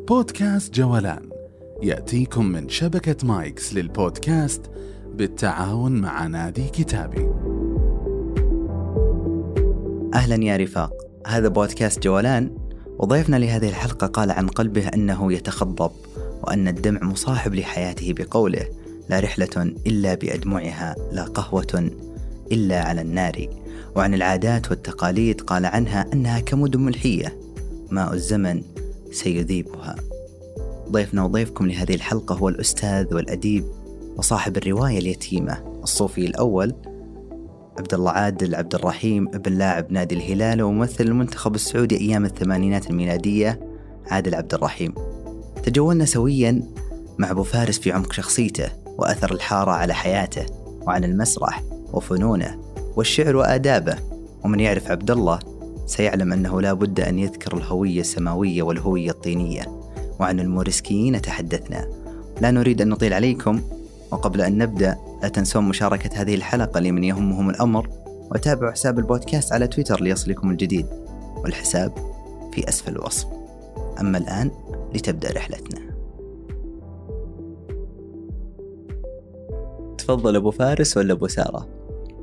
بودكاست جولان يأتيكم من شبكة مايكس للبودكاست بالتعاون مع نادي كتابي. أهلا يا رفاق، هذا بودكاست جولان، وضيفنا لهذه الحلقة قال عن قلبه أنه يتخضب، وأن الدمع مصاحب لحياته بقوله: لا رحلة إلا بأدمعها، لا قهوة إلا على النار. وعن العادات والتقاليد قال عنها أنها كمدن ملحية، ماء الزمن سيذيبها. ضيفنا وضيفكم لهذه الحلقة هو الأستاذ والأديب وصاحب الرواية اليتيمة، الصوفي الأول، عبد الله عادل عبد الرحيم، ابن لاعب نادي الهلال وممثل المنتخب السعودي أيام الثمانينات الميلادية عادل عبد الرحيم. تجولنا سويا مع أبو فارس في عمق شخصيته وأثر الحارة على حياته، وعن المسرح وفنونه والشعر وآدابه. ومن يعرف عبد الله سيعلم أنه لا بد أن يذكر الهوية السماوية والهوية الطينية. وعن الموريسكيين تحدثنا. لا نريد أن نطيل عليكم، وقبل أن نبدأ لا تنسون مشاركة هذه الحلقة لمن يهمهم الأمر، وتابعوا حساب البودكاست على تويتر ليصلكم الجديد، والحساب في أسفل الوصف. أما الآن لتبدأ رحلتنا. تفضل أبو فارس ولا أبو سارة؟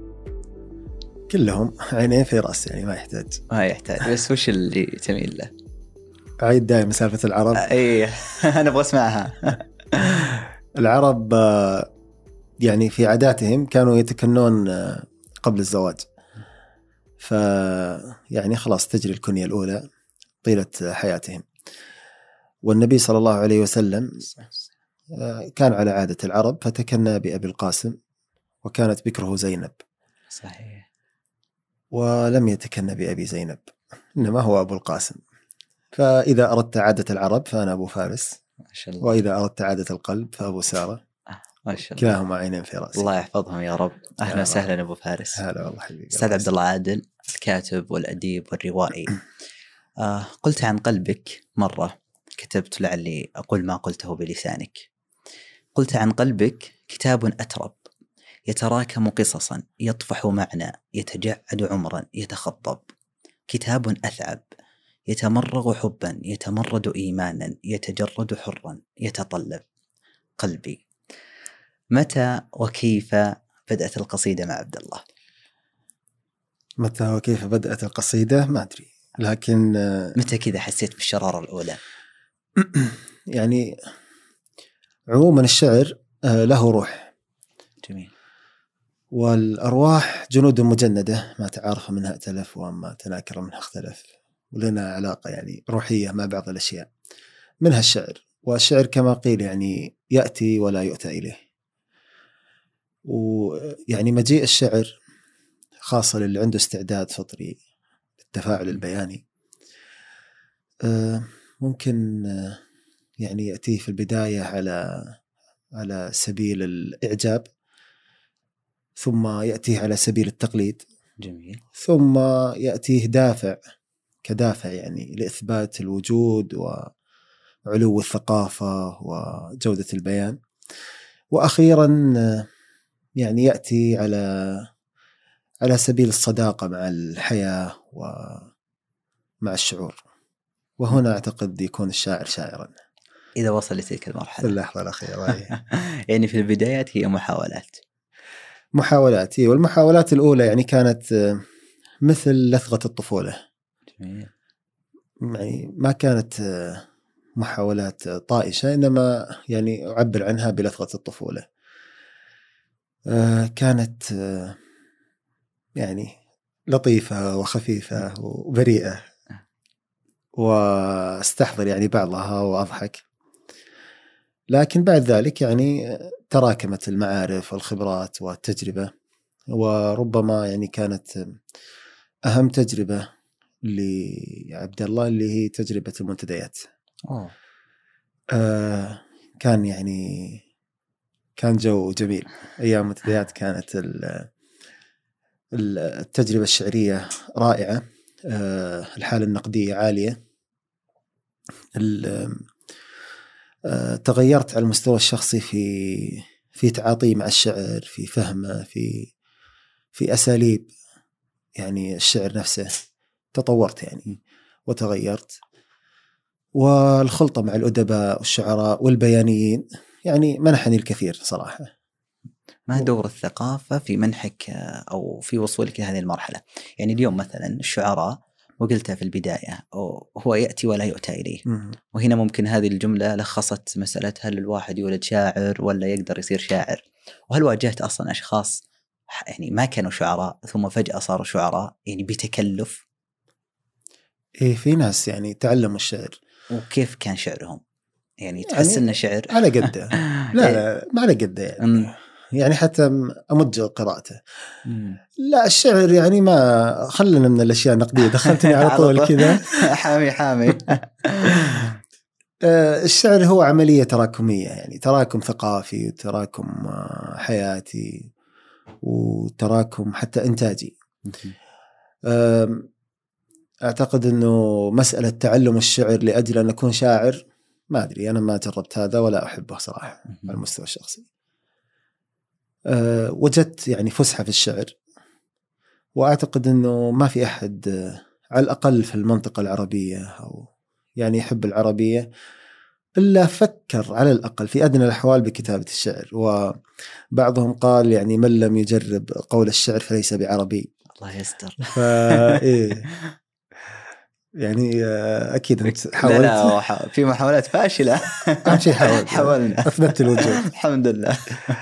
كلهم عينين في رأس، يعني ما يحتاج بس وش اللي تميل له؟ عيد دائما سالفة العرب. أيه أنا أبغى أسمعها. العرب يعني في عاداتهم كانوا يتكنون قبل الزواج، يعني خلاص تجري الكنية الأولى طيلة حياتهم. والنبي صلى الله عليه وسلم كان على عادة العرب، فتكنى بأبي القاسم، وكانت بكره زينب. صحيح. ولم يتكنى بأبي زينب، إنما هو أبو القاسم. فإذا أردت عادة العرب فأنا أبو فارس، ما شاء الله. وإذا أردت عادة القلب فأبو سارة. ما شاء الله. كلاهما عينين في رأسي. الله يحفظهم يا رب. أهلا وسهلا أبو فارس. هلا والله حبيبي. أستاذ عبد الله عادل، الكاتب والأديب والروائي. قلت عن قلبك مرة، كتبت لعلي أقول ما قلته بلسانك. قلت عن قلبك: كتاب أترب، يتراكم قصصا، يطفح معنى، يتجعد عمرا، يتخطب. كتاب أثعب، يتمرغ حبا، يتمرد إيمانا، يتجرد حرا، يتطلب. قلبي. متى وكيف بدأت القصيدة مع عبد الله؟ متى وكيف بدأت القصيدة ما أدري، لكن متى كذا حسيت بالشرارة الأولى؟ يعني عموما الشعر له روح. جميل. والأرواح جنود مجندة، ما تعارف منها ائتلف، وما تناكر منها اختلف. ولنا علاقة يعني روحية مع بعض الأشياء، منها الشعر. والشعر كما قيل يعني يأتي ولا يؤتى إليه. ويعني مجيء الشعر خاصة للي عنده استعداد فطري للتفاعل البياني، ممكن يعني يأتيه في البداية على سبيل الإعجاب، ثم يأتيه على سبيل التقليد. جميل. ثم يأتيه كدافع يعني لإثبات الوجود وعلو الثقافة وجودة البيان. وأخيرا يعني يأتي على سبيل الصداقة مع الحياة ومع الشعور. وهنا أعتقد يكون الشاعر شاعرا إذا وصل لتلك المرحلة، في اللحظة الأخيرة. يعني في البدايات هي محاولات. والمحاولات الأولى يعني كانت مثل لثغة الطفولة. جميل. يعني ما كانت محاولات طائشة، إنما يعني أعبر عنها بلثغة الطفولة. كانت يعني لطيفة وخفيفة وبريئة، واستحضر يعني بعضها وأضحك. لكن بعد ذلك يعني تراكمت المعارف والخبرات والتجربة، وربما يعني كانت أهم تجربة لعبد الله اللي هي تجربة المنتديات. كان جو جميل أيام المنتديات. كانت التجربة الشعرية رائعة، الحالة النقدية عالية. تغيرت على المستوى الشخصي في تعاطي مع الشعر، في فهمه، في أساليب يعني الشعر نفسه. تطورت يعني وتغيرت. والخلطة مع الأدباء والشعراء والبيانيين يعني منحني الكثير صراحة. ما دور الثقافة في منحك أو في وصولك لهذه المرحلة؟ يعني اليوم مثلا الشعراء، وقلتها في البداية، هو يأتي ولا يؤتى إليه. وهنا ممكن هذه الجملة لخصت مسألة هل الواحد يولد شاعر ولا يقدر يصير شاعر. وهل واجهت أصلا أشخاص يعني ما كانوا شعراء ثم فجأة صاروا شعراء يعني بتكلف؟ إيه، في ناس يعني تعلموا الشعر. وكيف كان شعرهم؟ يعني تحس إنه شعر على قده؟ لا ما على قده يعني. يعني حتى أمج قراءته. لا الشعر يعني ما خلنا من الأشياء النقدية، دخلتني على طول كذا. حامي. الشعر هو عملية تراكمية، يعني تراكم ثقافي وتراكم حياتي وتراكم حتى إنتاجي. أعتقد أنه مسألة تعلم الشعر لأجل أن أكون شاعر ما أدري، أنا ما جربت هذا ولا أحبه صراحة على المستوى الشخصي. وجدت يعني فسحة في الشعر، وأعتقد أنه ما في أحد على الأقل في المنطقة العربية أو يعني يحب العربية إلا فكر على الأقل في أدنى الأحوال بكتابة الشعر. وبعضهم قال يعني من لم يجرب قول الشعر فليس بعربي. الله يستر. إيه يعني أكيد أنت حاولت. لا في محاولات فاشلة. أهم شيء حاولنا أثبتت الوجود. الحمد لله.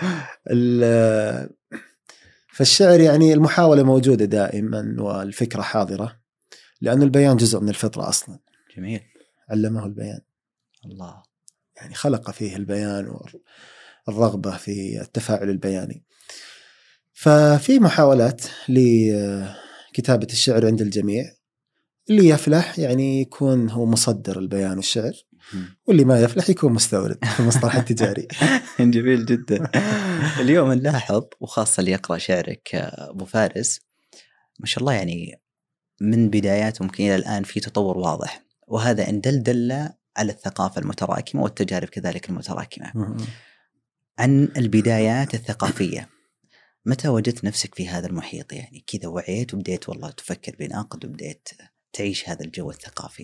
فالشعر يعني المحاولة موجودة دائما والفكرة حاضرة، لأن البيان جزء من الفطرة أصلا. جميل. علمه البيان، الله يعني خلق فيه البيان والرغبة في التفاعل البياني. ففي محاولات لكتابة الشعر عند الجميع، اللي يفلح يعني يكون هو مصدر البيان والشعر، واللي ما يفلح يكون مستورد في المصطلح التجاري. جميل جدا. اليوم نلاحظ وخاصة اللي يقرأ شعرك أبو فارس ما شاء الله يعني من بدايات ممكن إلى الآن في تطور واضح، وهذا إن دل على الثقافة المتراكمة والتجارب كذلك المتراكمة. عن البدايات الثقافية، متى وجدت نفسك في هذا المحيط؟ يعني كذا وعيت وبديت والله تفكر بنقد وبديت تعيش هذا الجو الثقافي.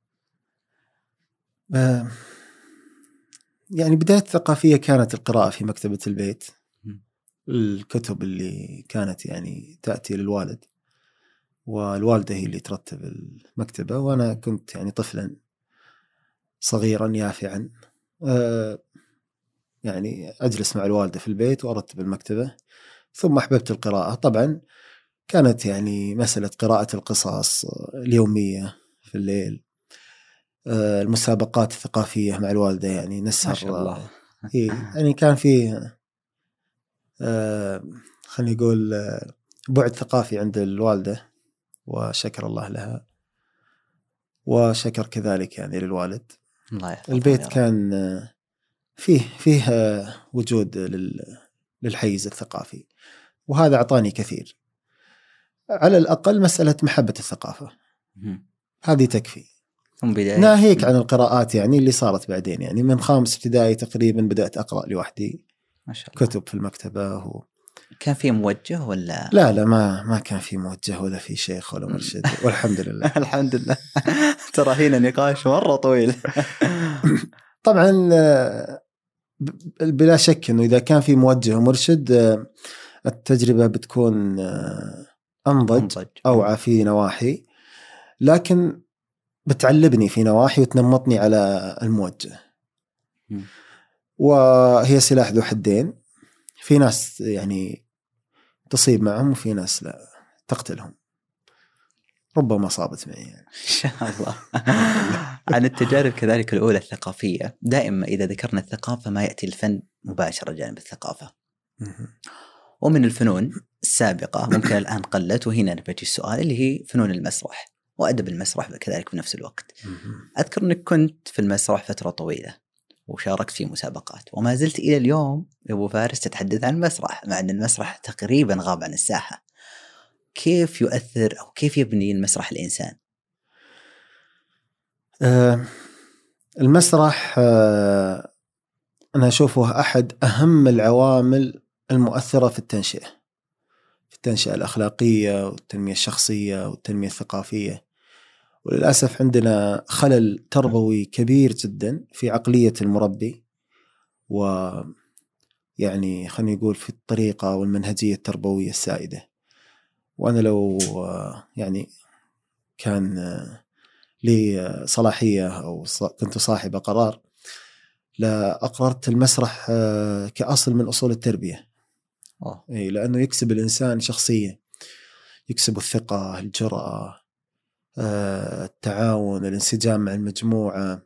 يعني بداية الثقافية كانت القراءة في مكتبة البيت، الكتب اللي كانت يعني تأتي للوالد، والوالدة هي اللي ترتب المكتبة، وأنا كنت يعني طفلا صغيرا يافعا يعني أجلس مع الوالدة في البيت وأرتب المكتبة. ثم أحببت القراءة. طبعا كانت يعني مسألة قراءة القصص اليومية في الليل، المسابقات الثقافية مع الوالدة يعني نسهر. ما شاء الله. يعني كان فيه خلينا نقول بعد ثقافي عند الوالدة، وشكر الله لها وشكر كذلك يعني للوالد. البيت كان فيه وجود للحيز الثقافي، وهذا أعطاني كثير. على الأقل مسألة محبة الثقافة هذه تكفي. ناهيك عن القراءات يعني اللي صارت بعدين، يعني من 5 ابتدائي تقريبا بدأت أقرأ لوحدي ما شاء الله. كتب في المكتبة. كان في موجه ولا؟ لا ما كان في موجه ولا في شيخ ولا مرشد. والحمد لله. الحمد لله. ترى هنا نقاش مرة طويل. طبعا بلا شك أنه إذا كان في موجه ومرشد التجربة بتكون أنضج أوعى في نواحي، لكن بتعلبني في نواحي وتنمطني على الموجه. وهي سلاح ذو حدين، في ناس يعني تصيب معهم وفي ناس لا تقتلهم. ربما صابت معي يعني. إن شاء الله. عن التجارب كذلك الأولى الثقافية، دائما إذا ذكرنا الثقافة ما يأتي الفن مباشرة جانب الثقافة. ومن الفنون السابقة ممكن الآن قلت، وهنا نبجي السؤال اللي هي فنون المسرح وأدب المسرح كذلك بنفس الوقت. أذكر أنك كنت في المسرح فترة طويلة وشاركت في مسابقات، وما زلت إلى اليوم يا أبو فارس تتحدث عن المسرح، مع أن المسرح تقريبا غاب عن الساحة. كيف يؤثر أو كيف يبني المسرح الإنسان؟ المسرح أنا أشوفه أحد أهم العوامل المؤثرة في التنشئة الأخلاقية والتنمية الشخصية والتنمية الثقافية. وللأسف عندنا خلل تربوي كبير جدا في عقلية المربي، ويعني خلينا نقول في الطريقة والمنهجية التربوية السائدة. وأنا لو يعني كان لي صلاحية أو كنت صاحب قرار لا أقررت المسرح كأصل من أصول التربية. لأنه يكسب الإنسان شخصية، يكسب الثقة، الجرأة، التعاون، الانسجام مع المجموعة،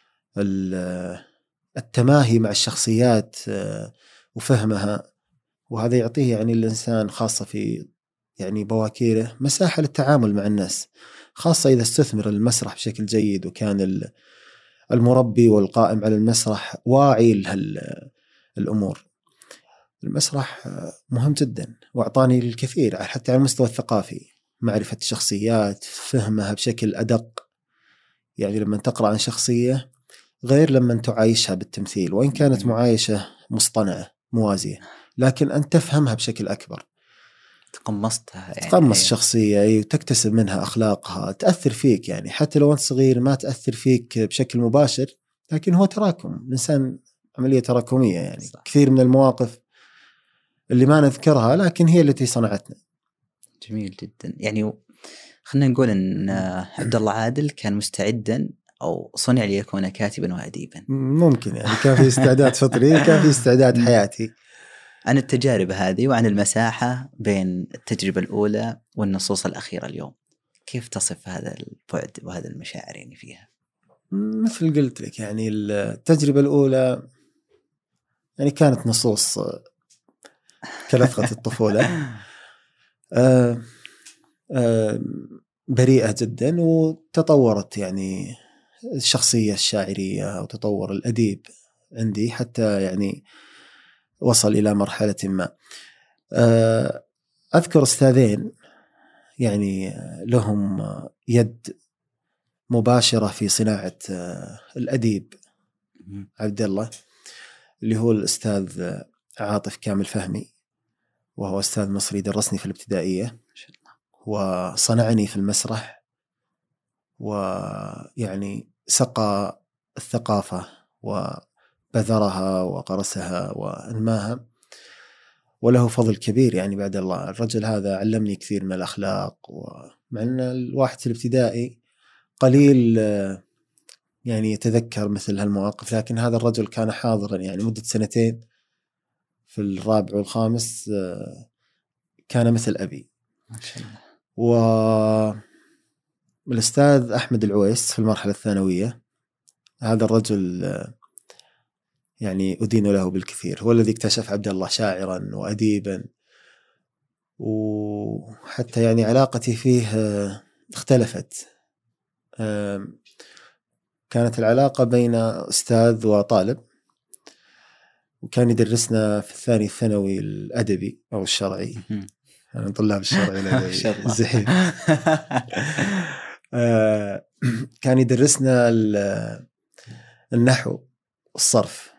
التماهي مع الشخصيات وفهمها. وهذا يعطيه يعني الإنسان خاصة في يعني بواكيره مساحة للتعامل مع الناس، خاصة إذا استثمر المسرح بشكل جيد وكان المربي والقائم على المسرح واعي لهالأمور. المسرح مهم جدا وأعطاني الكثير حتى على المستوى الثقافي، معرفة الشخصيات، فهمها بشكل أدق. يعني لما تقرأ عن شخصية غير لما تعايشها بالتمثيل، وإن كانت معايشة مصطنعة موازية، لكن أن تفهمها بشكل أكبر، تقمصتها يعني. تقمص شخصية وتكتسب منها أخلاقها، تأثر فيك. يعني حتى لو أنت صغير ما تأثر فيك بشكل مباشر، لكن هو تراكم. الإنسان عملية تراكمية يعني. صح. كثير من المواقف اللي ما نذكرها لكن هي التي صنعتنا. جميل جدا. يعني خلنا نقول أن عبد الله عادل كان مستعدا أو صنع ليكون كاتبا وأديبا. ممكن يعني كان في استعداد فطري، كان في استعداد حياتي. عن التجارب هذه وعن المساحة بين التجربة الأولى والنصوص الأخيرة اليوم، كيف تصف هذا البعد وهذا المشاعر يعني فيها؟ مثل قلت لك يعني التجربة الأولى يعني كانت نصوص كلفقة الطفولة، بريئة جدا، وتطورت يعني الشخصية الشاعرية وتطور الأديب عندي حتى يعني وصل إلى مرحلة ما. أذكر أستاذين يعني لهم يد مباشرة في صناعة الأديب عبد الله، اللي هو الأستاذ عاطف كامل فهمي، وهو أستاذ مصري درسني في الابتدائية وصنعني في المسرح، ويعني سقى الثقافة وبذرها وقرسها وأنماها، وله فضل كبير يعني بعد الله. الرجل هذا علمني كثير من الأخلاق، ومع أن الواحد في الابتدائي قليل يعني يتذكر مثل هالمواقف، لكن هذا الرجل كان حاضرا يعني مدة 2 في الرابع والخامس، كان مثل أبي ما شاء الله. والأستاذ أحمد العويس في المرحلة الثانوية، هذا الرجل يعني أدين له بالكثير، هو الذي اكتشف عبد الله شاعرا وأديبا، وحتى يعني علاقتي فيه اختلفت. كانت العلاقة بين أستاذ وطالب، وكان يدرسنا في الثاني الثانوي الأدبي أو الشرعي، أنا طلاب الشرعي زحيم. كان يدرسنا النحو والصرف،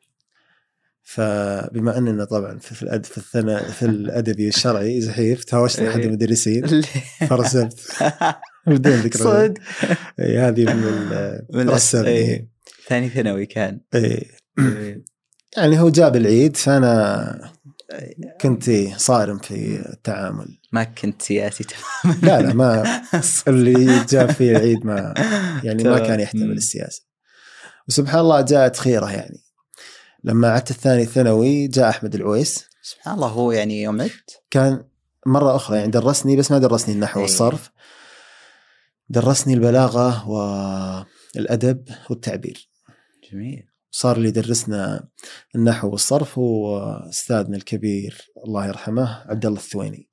فبما أننا طبعا في الأدبي الشرعي زحيف، تهاوشت أحد المدرسين فرسبت بدون ذكر صدق. هذه من رسبني. ثاني ثانوي كان. يعني هو جاب العيد، فأنا كنت صارم في التعامل، ما كنت سياسي تماما. لا ما اللي جاب فيه العيد ما يعني ما كان يحتمل السياسة. وسبحان الله جاءت خيرة يعني لما عدت الثاني ثانوي جاء أحمد العويس. سبحان الله. هو يعني يوم عدت كان مرة أخرى يعني درسني، بس ما درسني النحو والصرف، درسني البلاغة والأدب والتعبير. جميل. صار لي درسنا النحو والصرف هو أستاذنا الكبير الله يرحمه عبد الله الثويني،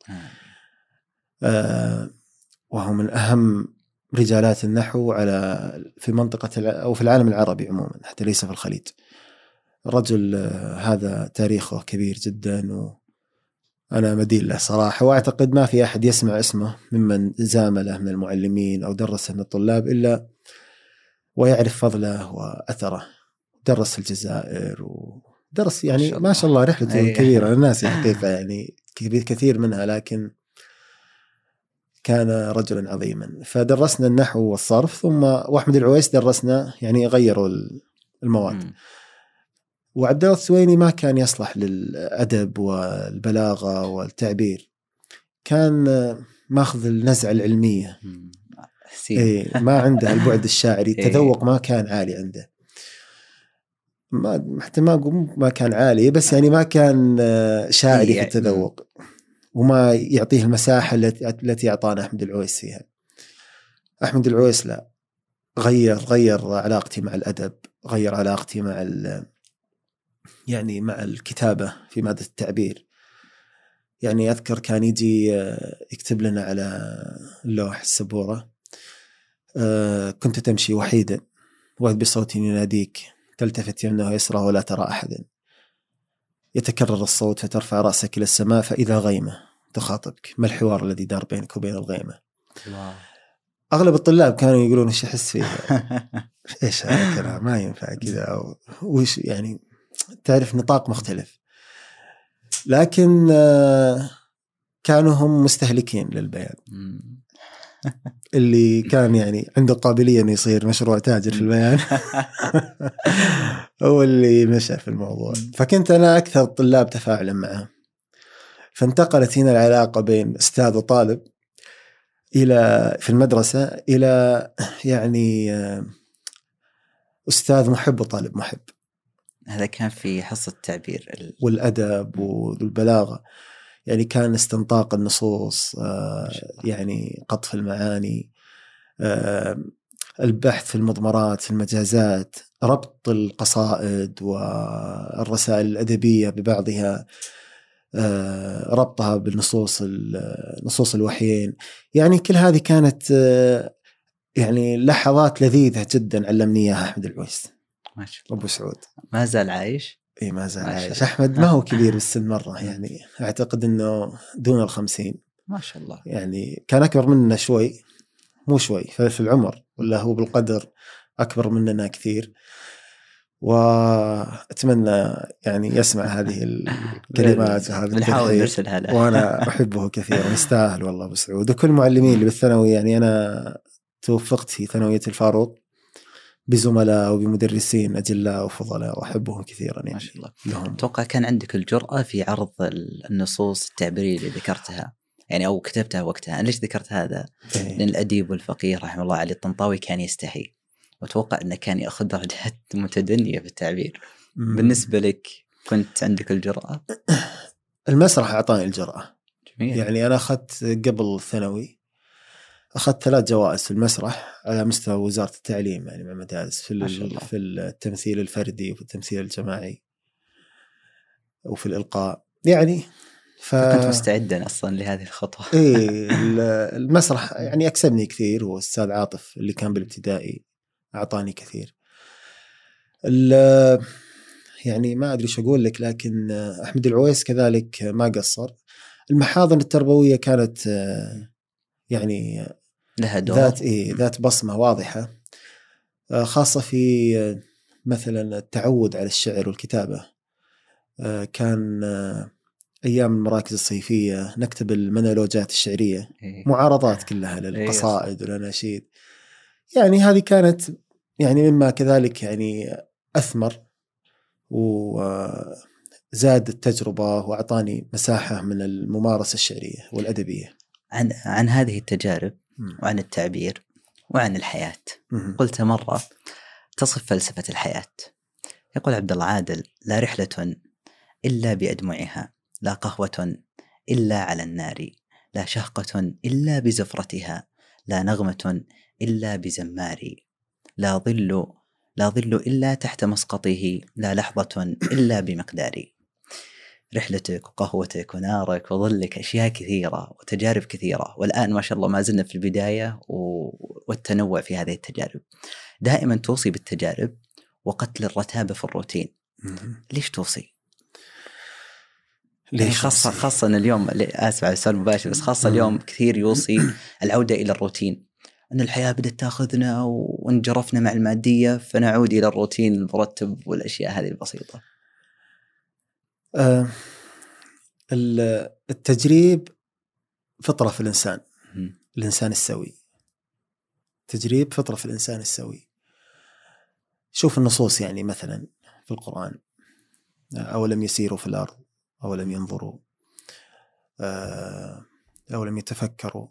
وهو من أهم رجالات النحو في منطقة أو في العالم العربي عموما، حتى ليس في الخليج. الرجل هذا تاريخه كبير جدا، وأنا مدين له صراحة، وأعتقد ما في أحد يسمع اسمه ممن زامله من المعلمين أو درسه من الطلاب إلا ويعرف فضله وأثره. درس في الجزائر ودرس يعني ما شاء الله رحلته كبيرة. الناس الحقيقة يعني كثير منها، لكن كان رجلا عظيما. فدرسنا النحو والصرف، ثم وأحمد العويس درسنا يعني غيروا المواد. وعبد الله الثويني ما كان يصلح للأدب والبلاغة والتعبير، كان ماخذ النزعة العلمية، ما عنده البعد الشاعري، التذوق ما كان عالي عنده، حتى ما كان عالي، بس يعني ما كان شاعري في التذوق، وما يعطيه المساحة التي أعطانا أحمد العويس فيها. أحمد العويس لا، غير علاقتي مع الأدب، غير علاقتي مع يعني مع الكتابة في مادة التعبير. يعني أذكر كان يجي يكتب لنا على اللوح السبورة: كنت تمشي وحيدا وإذ بصوت يناديك تلتفت يمنه ويسرى ولا ترى أحدا، يتكرر الصوت فترفع رأسك إلى السماء فإذا غيمة تخاطبك، ما الحوار الذي دار بينك وبين الغيمة. أغلب الطلاب كانوا يقولون إيش أحس فيها، إيش هذا الكلام، ما ينفع كذا، وإيش يعني، تعرف نطاق مختلف. لكن كانوا هم مستهلكين للبيان. اللي كان يعني عنده قابلية أن يصير مشروع تاجر في البيان هو اللي مشى في الموضوع. فكنت أنا أكثر الطلاب تفاعلا معه. فانتقلت هنا العلاقة بين أستاذ وطالب في المدرسة إلى يعني أستاذ محب وطالب محب. هذا كان في حصة التعبير والأدب والبلاغة، يعني كان استنطاق النصوص، يعني قطف المعاني، البحث في المضمرات، في المجازات، ربط القصائد والرسائل الأدبية ببعضها، ربطها بالنصوص الوحيين. يعني كل هذه كانت يعني لحظات لذيذة جدا علمني إياها أحمد العويس أبو سعود. ما زال عايش؟ إيه ما زال عايش. أحمد ما هو كبير بالسن مرة، يعني أعتقد أنه دون 50 ما شاء الله. يعني كان أكبر مننا شوي، مو شوي في العمر، ولا هو بالقدر أكبر مننا كثير. وأتمنى يعني يسمع هذه الكلمات وهذا التحية، وأنا أحبه كثيرا، يستاهل والله أبو سعود. وكل معلمين اللي بالثانوي، يعني أنا توفقت في ثانوية الفاروق بزملاء وبمدرسين أجلاء وفضلاء وأحبهم كثيرا يعني. ما شاء الله لهم. أتوقع كان عندك الجرأة في عرض النصوص التعبيرية اللي ذكرتها يعني أو كتبتها وقتها. أنا ليش ذكرت هذا؟ لأن الأديب والفقيه رحمه الله علي الطنطاوي كان يستحي، وأتوقع أنه كان يأخذ درجات متدنية في التعبير. بالنسبة لك كنت عندك الجرأة؟ المسرح أعطاني الجرأة. جميل. يعني أنا أخذت قبل الثانوي، أخذت 3 جوائز في المسرح على مستوى وزارة التعليم، يعني مع مدارس في التمثيل الفردي وفي التمثيل الجماعي وفي الإلقاء يعني. فكنت مستعدا أصلا لهذه الخطوة. إيه المسرح يعني أكسبني كثير، والأستاذ عاطف اللي كان بالابتدائي أعطاني كثير. يعني ما أدري شو أقول لك، لكن أحمد العويس كذلك ما قصر. المحاضن التربوية كانت يعني لها دور، ذات بصمة واضحة، خاصة في مثلا التعود على الشعر والكتابة. كان أيام المراكز الصيفية نكتب المونولوجات الشعرية، معارضات كلها للقصائد والأناشيد. يعني هذه كانت يعني مما كذلك يعني أثمر وزاد التجربة وأعطاني مساحة من الممارسة الشعرية والأدبية. عن هذه التجارب وعن التعبير وعن الحياة، قلت مرة تصف فلسفة الحياة. يقول عبد الله عادل: لا رحلة إلا بأدمعها، لا قهوة إلا على النار، لا شهقة إلا بزفرتها، لا نغمة إلا بزمار، لا ظل إلا تحت مسقطه، لا لحظة إلا بمقدار. رحلتك وقهوتك ونارك وظلك أشياء كثيرة وتجارب كثيرة، والآن ما شاء الله ما زلنا في البداية والتنوع في هذه التجارب. دائما توصي بالتجارب وقتل الرتابة في الروتين. ليش توصي؟ يعني خاصة اليوم، آسف على السؤال المباشر، بس خاصة اليوم كثير يوصي العودة إلى الروتين، أن الحياة بدأت تأخذنا وانجرفنا مع المادية فنعود إلى الروتين المرتب والأشياء هذه البسيطة. التجريب فطرة في الإنسان، الإنسان السوي، تجريب فطرة في الإنسان السوي. شوف النصوص يعني مثلا في القرآن، أولم يسيروا في الأرض أولم ينظروا أولم يتفكروا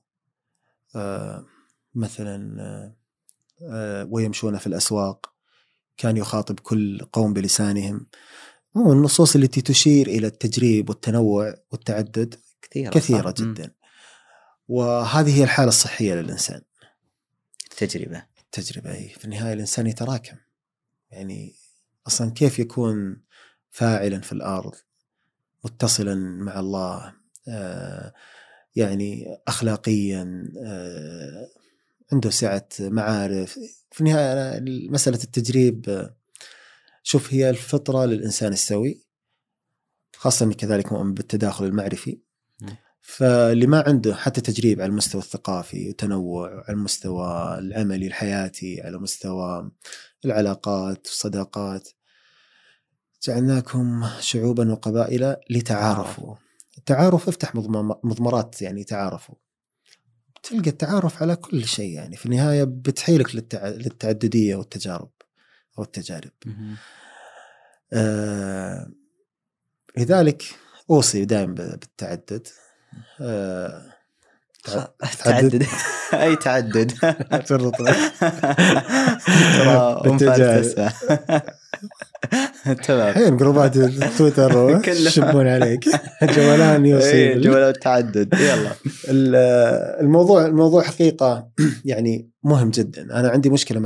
مثلا ويمشون في الأسواق كان يخاطب كل قوم بلسانهم. النصوص التي تشير إلى التجريب والتنوع والتعدد كثيرة جدا. وهذه هي الحالة الصحية للإنسان. التجربة في النهاية الإنسان يتراكم، يعني أصلا كيف يكون فاعلا في الأرض متصلا مع الله، يعني أخلاقيا، عنده سعة معارف. في النهاية مسألة التجريب شوف هي الفطرة للإنسان السوي، خاصة كذلك مؤمن بالتداخل المعرفي. فاللي ما عنده حتى تجريب على المستوى الثقافي وتنوع، على المستوى العملي الحياتي، على مستوى العلاقات والصداقات، جعلناكم شعوبا وقبائل لتعارفوا. التعارف افتح مضمرات، يعني تعارفوا، تلقى التعارف على كل شيء، يعني في النهاية بتحيلك للتعددية والتجارب أو التجارب. لذلك أوصي دائما بالتعدد. تعدد أي تعدد بالتجارب. تمام. الحين جروبات تويتر يشبون عليك جولان يوصي جولان التعدد. يلا الموضوع حقيقة يعني مهم جدا. أنا عندي مشكلة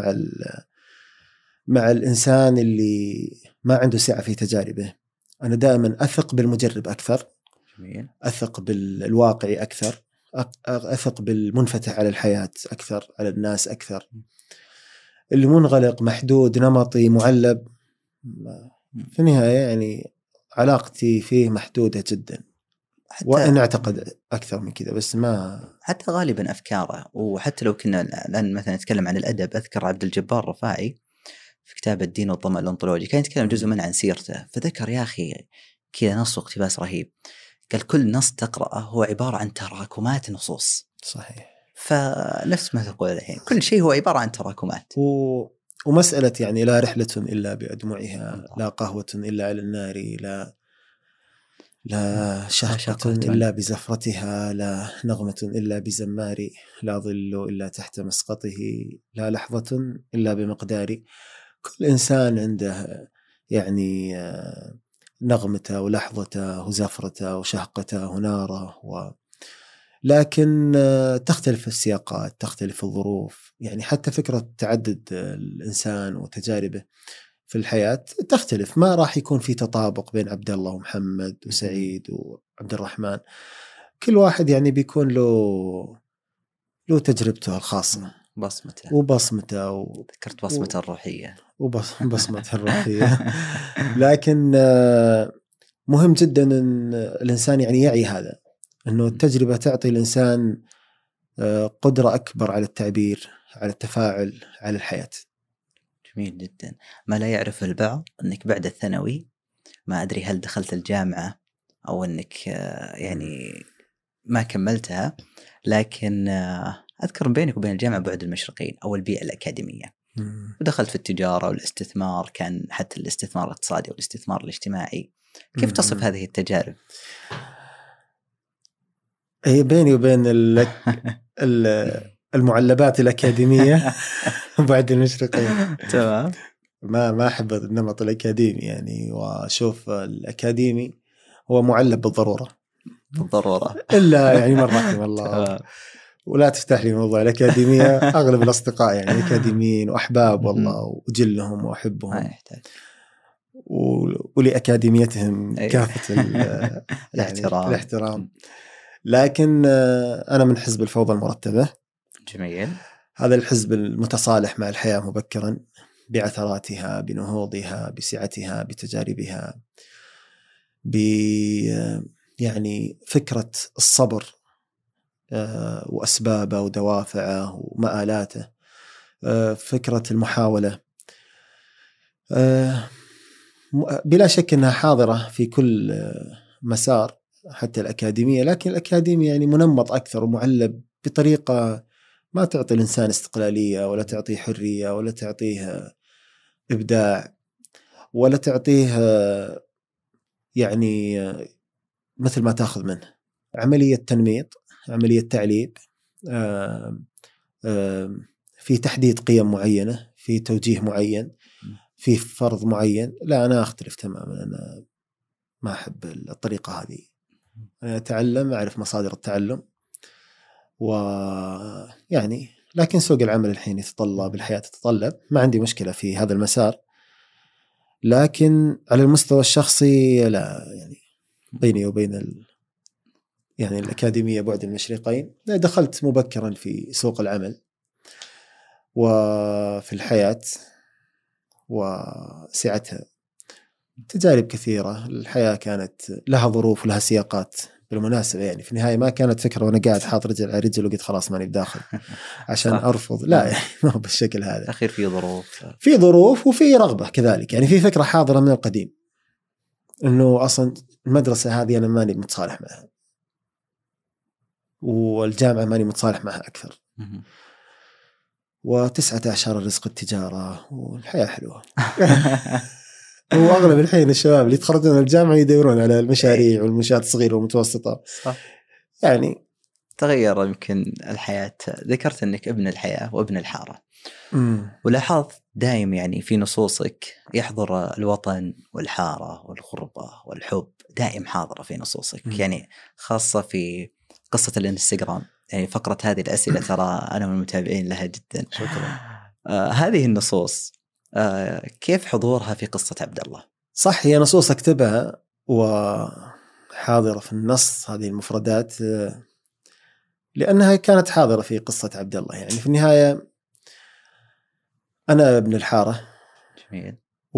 مع الإنسان اللي ما عنده سعة في تجاربه. أنا دائما أثق بالمجرب أكثر، أثق بالواقعي أكثر، أثق بالمنفتح على الحياة أكثر، على الناس أكثر. اللي منغلق محدود نمطي معلب، في النهاية يعني علاقتي فيه محدودة جدا، وإن أعتقد أكثر من كذا، بس ما حتى غالبا أفكاره. وحتى لو كنا الآن مثلا نتكلم عن الأدب، أذكر عبد الجبار الرفاعي في كتاب الدين والظمأ الأنطولوجي كان يتكلم جزء منه عن سيرته، فذكر يا أخي كذا نص واقتباس رهيب. قال كل نص تقرأه هو عبارة عن تراكمات نصوص. صحيح. فنفس ما تقول الحين، كل شيء هو عبارة عن تراكمات. ومسألة يعني لا رحلة إلا بأدمعها، لا قهوة إلا على النار، لا شهقة إلا بزفرتها، لا نغمة إلا بزماري، لا ظل إلا تحت مسقطه، لا لحظة إلا بمقداري. كل إنسان عنده يعني نغمته ولحظته وزفرته وشهقته وناره لكن تختلف السياقات، تختلف الظروف. يعني حتى فكرة تعدد الإنسان وتجاربه في الحياة تختلف، ما راح يكون في تطابق بين عبد الله ومحمد وسعيد وعبد الرحمن. كل واحد يعني بيكون له تجربته الخاصة، وبصمته ذكرت بصمته الروحية وبصمته الروحية. لكن مهم جدا أن الإنسان يعني يعي هذا، أنه التجربة تعطي الإنسان قدرة أكبر على التعبير، على التفاعل، على الحياة. جميل جدا. ما لا يعرف البعض أنك بعد الثانوي، ما أدري هل دخلت الجامعة أو أنك يعني ما كملتها، لكن أذكر بينك وبين الجامعة بعد المشرقين أو البيئة الأكاديمية. ودخلت في التجارة والاستثمار، كان حتى الاستثمار الاقتصادي والاستثمار الاجتماعي. كيف تصف هذه التجارب؟ هي بيني وبين المعلبات الأكاديمية بعد المشرقين. تمام. ما أحب النمط الأكاديمي يعني، وأشوف الأكاديمي هو معلب بالضرورة إلا يعني من رحم الله. ولا تفتح لي موضوع الأكاديمية، أغلب الأصدقاء يعني أكاديميين وأحباب والله، وجلهم وأحبهم ولأكاديميتهم كافة الاحترام. لكن أنا من حزب الفوضى المرتبة. جميل. هذا الحزب المتصالح مع الحياة مبكرا، بعثراتها، بنهوضها، بسعتها، بتجاربها، يعني فكرة الصبر وأسبابه ودوافعه ومآلاته، فكرة المحاولة، بلا شك أنها حاضرة في كل مسار حتى الأكاديمية. لكن الأكاديمية يعني منمط أكثر ومعلب بطريقة ما تعطي الإنسان استقلالية، ولا تعطيه حرية، ولا تعطيه إبداع، ولا تعطيه يعني مثل ما تأخذ منه. عملية تنميط، عملية تعليب، في تحديد قيم معينة، في توجيه معين، في فرض معين. لا، أنا أختلف تماما. أنا ما أحب الطريقة هذه. أنا أتعلم، أعرف مصادر التعلم، ويعني لكن سوق العمل الحين يتطلب، الحياة تتطلب، ما عندي مشكلة في هذا المسار. لكن على المستوى الشخصي لا، يعني بيني وبين يعني الأكاديمية بعد المشرقين. دخلت مبكرا في سوق العمل وفي الحياة وسعتها، تجارب كثيرة. الحياة كانت لها ظروف ولها سياقات بالمناسبة. يعني في النهاية ما كانت فكرة وأنا قاعد حاط رجل على رجل وقلت خلاص ماني بداخل عشان أرفض. لا، يعني ما هو بالشكل هذا. أخير في ظروف، في ظروف وفي رغبة كذلك. يعني في فكرة حاضرة من القديم إنه أصلا المدرسة هذه أنا ماني متصالح معها، والجامعة ماني متصالح معها أكثر، 19 رزق التجارة والحياة حلوة. وأغلب الحين الشباب اللي يتخرجون من الجامعة يدورون على المشاريع والمنشآت الصغيرة والمتوسطة. صح. يعني تغير يمكن الحياة. ذكرت أنك ابن الحياة وابن الحارة، ولاحظت دائم يعني في نصوصك يحضر الوطن والحارة والغربة والحب، دائم حاضرة في نصوصك. يعني خاصة في قصة الانستغرام، يعني فقرة هذه الأسئلة ترى أنا من المتابعين لها جدا. شكرا. هذه النصوص كيف حضورها في قصة عبد الله؟ صح، هي نصوص أكتبها وحاضرة في النص، هذه المفردات، لأنها كانت حاضرة في قصة عبد الله. يعني في النهاية أنا ابن الحارة. جميل.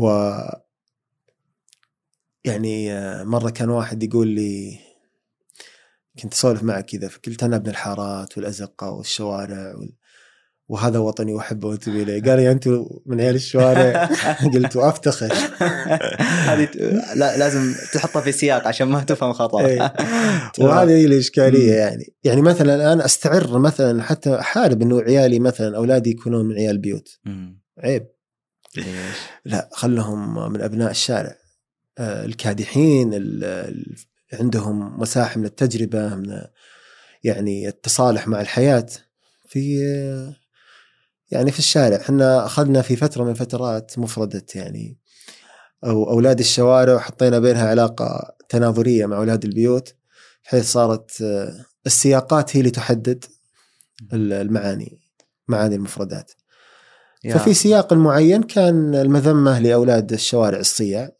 يعني مرة كان واحد يقول لي، كنت أسولف معك كذا، فقلت أنا ابن الحارات والأزقة والشوارع وهذا وطني وأحبه وأنتمي إليه. قال لي أنت من عيال الشوارع. قلت وأفتخر. هذه لازم تحطها في سياق عشان ما تفهم خطأ. وهذه هي الإشكالية. يعني مثلا الآن أستعر مثلا، حتى أحارب إنه عيالي مثلا أولادي يكونون من عيال بيوت. عيب. لا، خلهم من أبناء الشارع الكادحين، عندهم مساحة من التجربة، من يعني التصالح مع الحياة في الشارع. احنا أخذنا في فترة من فترات مفردة يعني أو أولاد الشوارع، وحطينا بينها علاقة تناظرية مع أولاد البيوت، بحيث صارت السياقات هي اللي تحدد معاني المفردات. ففي سياق معين كان المذمة لأولاد الشوارع الصياع،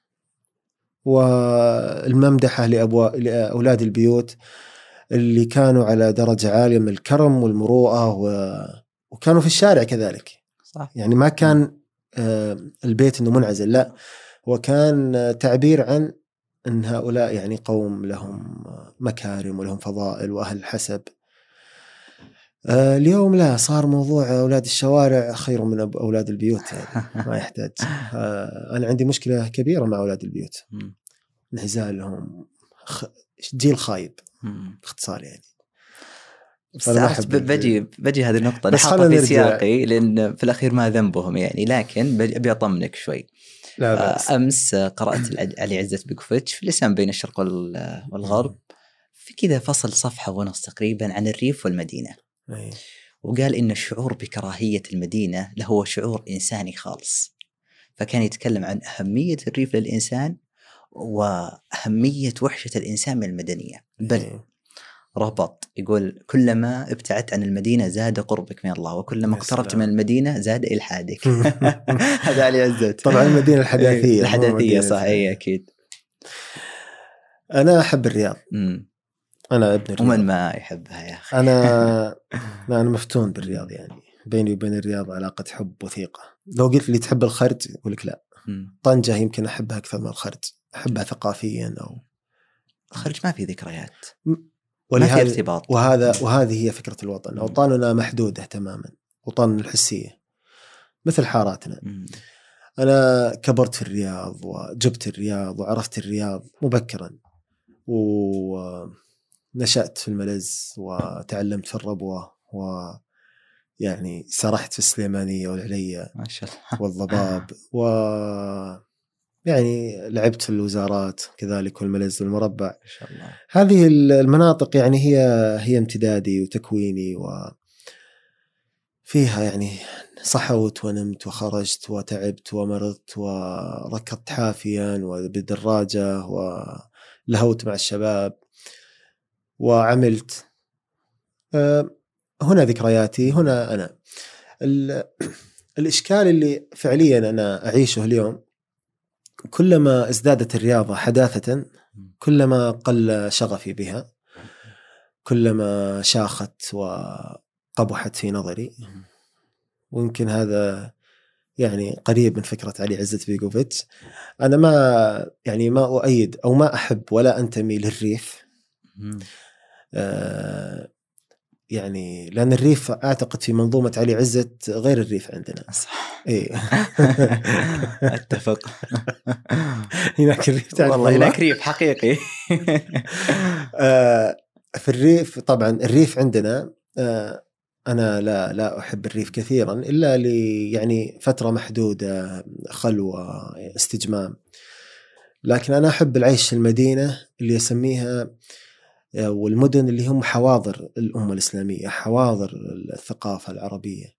والممدحة لأولاد البيوت اللي كانوا على درجة عالية من الكرم والمروءة، وكانوا في الشارع كذلك. صح. يعني ما كان البيت إنه منعزل، لا، هو كان تعبير عن أن هؤلاء يعني قوم لهم مكارم ولهم فضائل وأهل حسب. اليوم لا، صار موضوع أولاد الشوارع خير من أولاد البيوت. يعني ما يحتاج. أنا عندي مشكلة كبيرة مع أولاد البيوت، انعزالهم، جيل خايب باختصار. يعني بجي هذه النقطة نحطها في سياقي، لأن في الأخير ما ذنبهم يعني، لكن بجي أطمنك شوي. أمس قرأت علي عزت بيكوفيتش في لسان بين الشرق والغرب، في كذا فصل صفحة ونص تقريبا عن الريف والمدينة. وقال إن الشعور بكراهية المدينة له شعور إنساني خالص، فكان يتكلم عن أهمية الريف للإنسان وأهمية وحشة الإنسان من المدنية. بل ربط، يقول كلما ابتعدت عن المدينة زاد قربك من الله، وكلما اقتربت من المدينة زاد إلحادك. هذا علي عزت. طبعا المدينة الحداثية. صحيح أكيد. أنا أحب الرياض. أنا ابن الرياض. ومن ما يحبها يا أخي. أنا مفتون بالرياض. يعني بيني وبين الرياض علاقة حب وثيقة. لو قلت لي تحب الخرج أقول لك لا. طنجة يمكن أحبها أكثر من الخرج، أحبها ثقافيا. أو الخرج ما في ذكريات، ما في ارتباط. وهذه هي فكرة الوطن. أوطاننا محدودة تماما، أوطان الحسية مثل حاراتنا. أنا كبرت في الرياض وجبت الرياض وعرفت الرياض مبكرا، نشأت في الملز وتعلمت في الربوة، ويعني سرحت في السليمانية والعليا ما شاء الله والضباب، يعني لعبت في الوزارات كذلك والملز والمربع. ما شاء الله. هذه المناطق يعني هي امتدادي وتكويني، وفيها يعني صحوت ونمت وخرجت وتعبت ومرضت وركضت حافيا وبدراجة ولهوت مع الشباب وعملت. هنا ذكرياتي، هنا أنا. الإشكال اللي فعليا أنا أعيشه اليوم، كلما ازدادت الرياضة حداثة كلما قل شغفي بها، كلما شاخت وقبحت في نظري. ويمكن هذا يعني قريب من فكرة علي عزت بيقوفيتش. أنا ما أؤيد أو ما أحب ولا أنتمي للريف، يعني لأن الريف أعتقد في منظومة علي عزت غير الريف عندنا. صح. إيه. أتفق. هناك الريف والله هناك ريف حقيقي. في الريف طبعا الريف عندنا، أنا لا أحب الريف كثيرا إلا يعني فترة محدودة، خلوة، استجمام. لكن أنا أحب العيش في المدينة اللي يسميها، والمدن اللي هم حواضر الأمة الإسلامية، حواضر الثقافة العربية،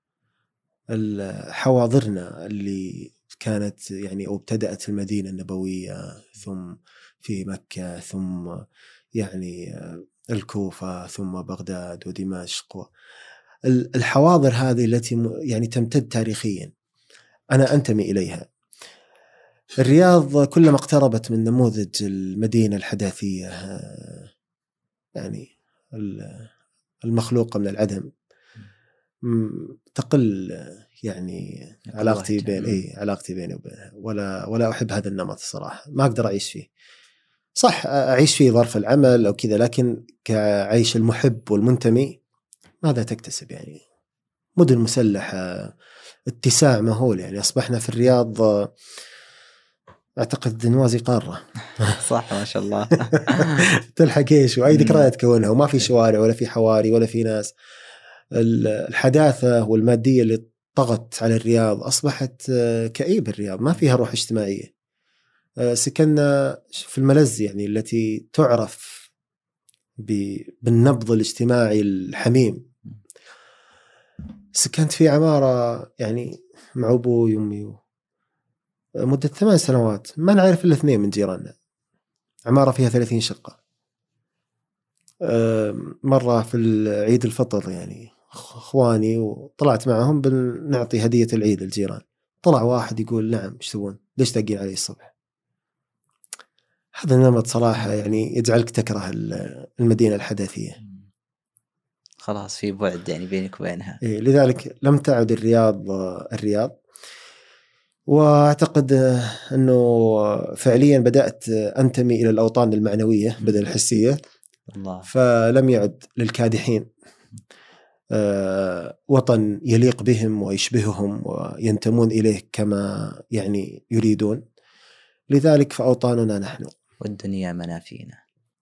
حواضرنا اللي كانت يعني أو ابتدأت المدينة النبوية، ثم في مكة، ثم يعني الكوفة، ثم بغداد ودمشق. الحواضر هذه التي يعني تمتد تاريخيا أنا أنتمي إليها. الرياض كلما اقتربت من نموذج المدينة الحداثية، يعني المخلوقة من العدم، تقل يعني علاقتي بيني وبينها، ولا أحب هذا النمط الصراحة. ما أقدر أعيش فيه. صح أعيش فيه ظرف العمل أو كذا، لكن كعيش المحب والمنتمي ماذا تكتسب؟ يعني مدن مسلحة، اتساع مهول. يعني أصبحنا في الرياض أعتقد نوازي قارة. صح ما شاء الله. تلحق إيش وأي ذكريات تكونها، وما في شوارع ولا في حواري ولا في ناس. الحداثة والمادية اللي طغت على الرياض أصبحت كئيب. الرياض ما فيها روح اجتماعية. سكننا في الملز يعني التي تعرف بالنبض الاجتماعي الحميم. سكنت في عمارة يعني مع أبوي وأمي مدة 8 سنوات، ما نعرف إلا 2 من جيراننا. عمارة فيها 30 شقة. مرة في العيد الفطر يعني اخواني وطلعت معهم بنعطي هدية العيد للجيران، طلع واحد يقول نعم ايش تبون، ليش تقين علي الصبح؟ هذا النمط صراحة يعني يجعلك تكره المدينة الحداثية. خلاص في بعد يعني بينك وبينها. لذلك لم تعد الرياض. وأعتقد أنه فعليا بدأت أنتمي إلى الأوطان المعنوية بدل الحسية. الله. فلم يعد للكادحين وطن يليق بهم ويشبههم وينتمون إليه كما يعني يريدون. لذلك فأوطاننا نحن والدنيا منافينا.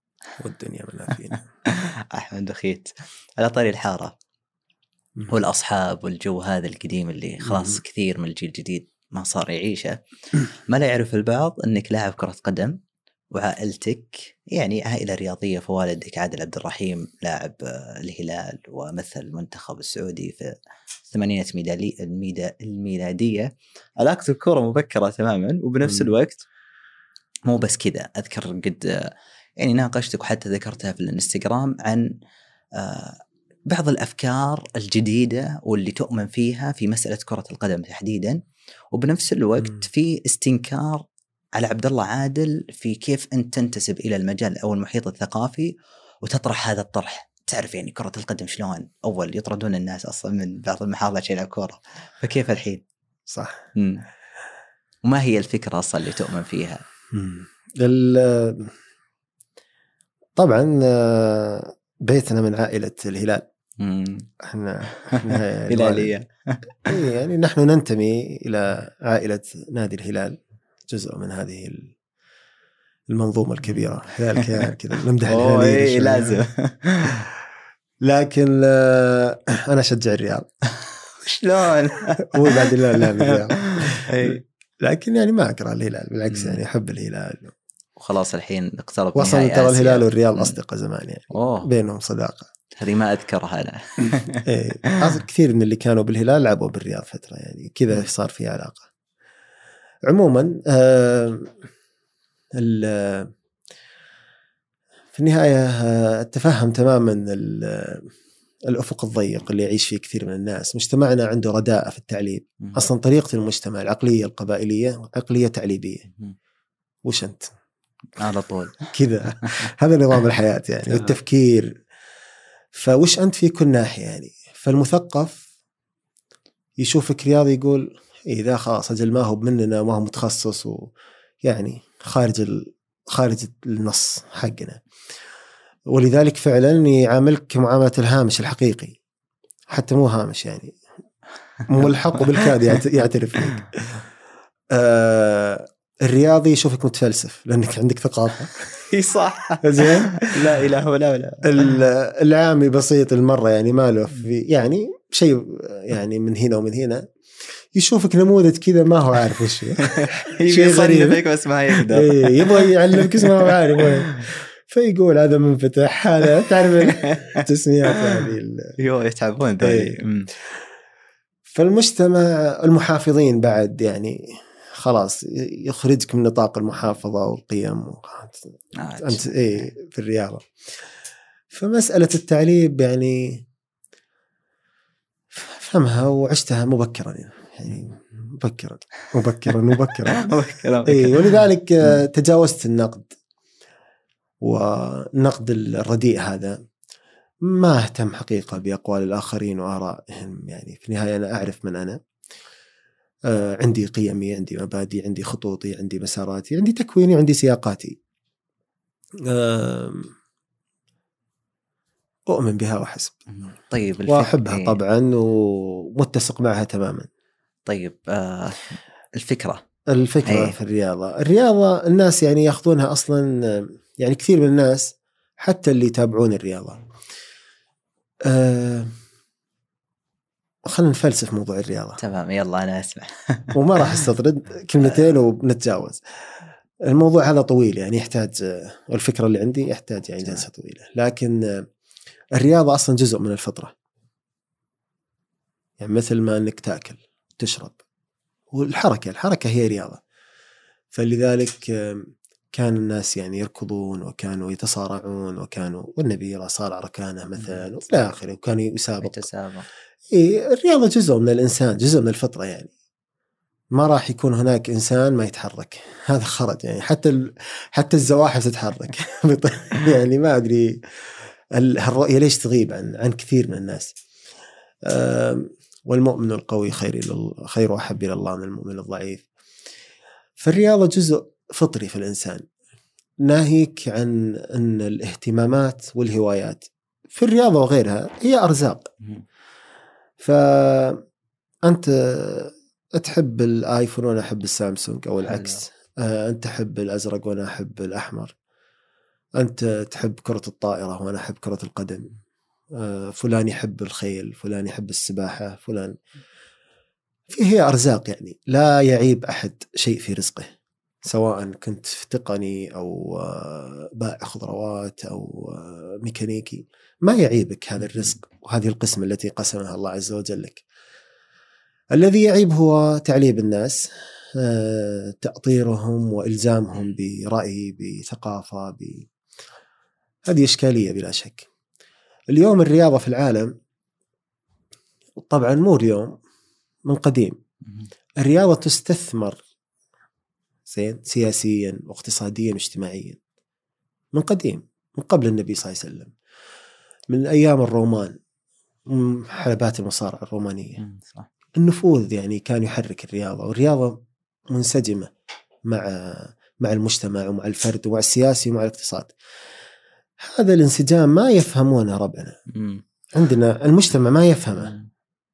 أحمد أخيت، على طريق الحارة والأصحاب والجو هذا القديم اللي خلاص كثير من الجيل الجديد ما صار يعيشه، ما لا يعرف البعض أنك لاعب كرة قدم، وعائلتك يعني عائلة رياضية، فوالدك عادل عبد الرحيم لاعب الهلال ومثل المنتخب السعودي في الثمانينات الميلادية. علاقة الكرة مبكرة تماما، وبنفس الوقت مو بس كذا. أذكر قد يعني ناقشتك وحتى ذكرتها في الانستغرام عن بعض الأفكار الجديدة واللي تؤمن فيها في مسألة كرة القدم تحديدا، وبنفس الوقت في استنكار على عبد الله عادل في كيف أنت تنتسب إلى المجال أو المحيط الثقافي وتطرح هذا الطرح. تعرف يعني كرة القدم شلون أول يطردون الناس أصلا من بعض المحاضرات يلعب كرة، فكيف الحين؟ صح. وما هي الفكرة أصلا اللي تؤمن فيها؟ طبعا بيتنا من عائلة الهلال. احنا هلالية. يعني نحن ننتمي إلى عائلة نادي الهلال، جزء من هذه المنظومة الكبيرة هلال كيان كذا نمدح الهلالية لازم. لكن أنا أشجع الرياض. شلون؟ هو بعد لا بالرياض. أي. لكن يعني ما أكره الهلال، بالعكس يعني أحب الهلال. وخلاص الحين اقترب وصل ترى الهلال والرياض أصدقاء زمان يعني. أوه. بينهم صداقة. هذه ما أذكرها أنا. إيه كثير من اللي كانوا بالهلال لعبوا بالرياض فترة يعني كذا صار في علاقة. عموما في النهاية أتفهم تماما الأفق الضيق اللي يعيش فيه كثير من الناس. مجتمعنا عنده رداءة في التعليم. أصلا طريقة المجتمع العقلية القبائلية عقلية تعليبية. وش أنت؟ على طول كذا هذا نظام الحياة يعني والتفكير. فوش أنت في كل ناحية يعني. فالمثقف يشوفك رياضي يقول إذا خلاص أجل ما هو مننا ما هو متخصص ويعني خارج النص حقنا. ولذلك فعلا يعاملك معاملة الهامش الحقيقي، حتى مو هامش يعني ملحق بالكاد يعترف فيك. الرياضي يشوفك متفلسف لأنك عندك ثقافة. صح. زين. لا إله ولا العامي بسيط المرة يعني ما له في يعني شيء يعني من هنا ومن هنا، يشوفك نموذج كذا ما هو عارف وش شيء غريب فيك بس ما يقدر. يبغى يعلمك اسمه ما هو عارف فيقول هذا منفتح هذا تعرف التسميات هذه يتعبون ذولي. فالمجتمع المحافظين بعد يعني خلاص يخرجك من نطاق المحافظة والقيم أنت في الرياضة. فمسألة التعليم يعني فهمها وعشتها مبكرا يعني مبكرا. ولذلك تجاوزت النقد والنقد الرديء هذا. ما أهتم حقيقة بأقوال الآخرين وآرائهم يعني. في النهاية أنا أعرف من أنا. عندي قيمي، عندي مبادئ، عندي خطوطي، عندي مساراتي، عندي تكويني، عندي سياقاتي. أؤمن بها وحسب. طيب وأحبها طبعا ومتسق معها تماما. طيب الفكرة في الرياضة الناس يعني يأخذونها أصلا يعني كثير من الناس حتى اللي يتابعون الرياضة خلينا نفلسف موضوع الرياضة. تمام يلا أنا أسمع. وما راح استطرد كلمتين وبنتجاوز الموضوع هذا طويل يعني يحتاج والفكرة اللي عندي يحتاج يعني جلسة طويلة. لكن الرياضة أصلا جزء من الفطرة يعني مثل ما أنك تأكل تشرب والحركة هي رياضة. فلذلك كان الناس يعني يركضون وكانوا يتصارعون والنبي صار ركانه مثلا وفي الآخر وكانوا يسابق. الرياضة جزء من الإنسان، جزء من الفطرة يعني. ما راح يكون هناك إنسان ما يتحرك، هذا خرج يعني. حتى الزواحف تتحرك يعني ما أدري الرؤية ليش تغيب عن كثير من الناس. والمؤمن القوي خير وأحب إلى الله من المؤمن الضعيف. فالرياضة جزء فطري في الإنسان، ناهيك عن أن الاهتمامات والهوايات في الرياضة وغيرها هي أرزاق. فأنت تحب الآيفون وأنا أحب السامسونج أو العكس. أنت تحب الأزرق وأنا أحب الأحمر. أنت تحب كرة الطائرة وأنا أحب كرة القدم. فلان يحب الخيل، فلان يحب السباحة، فلان. هي أرزاق يعني. لا يعيب أحد شيء في رزقه، سواء كنت تقني أو بائع خضروات أو ميكانيكي. ما يعيبك هذا الرزق وهذه القسمة التي قسمها الله عز وجل لك. الذي يعيب هو تعليب الناس، تأطيرهم وإلزامهم برأي، بثقافة، هذه إشكالية بلا شك. اليوم الرياضة في العالم طبعا مو اليوم، من قديم الرياضة تستثمر سياسيا واقتصاديا واجتماعيا من قديم، من قبل النبي صلى الله عليه وسلم، من أيام الرومان، حلبات المصارعة الرومانية. النفوذ يعني كان يحرك الرياضة، والرياضة منسجمة مع المجتمع ومع الفرد ومع السياسي ومع الاقتصاد. هذا الانسجام ما يفهمونه ربنا. عندنا المجتمع ما يفهمه،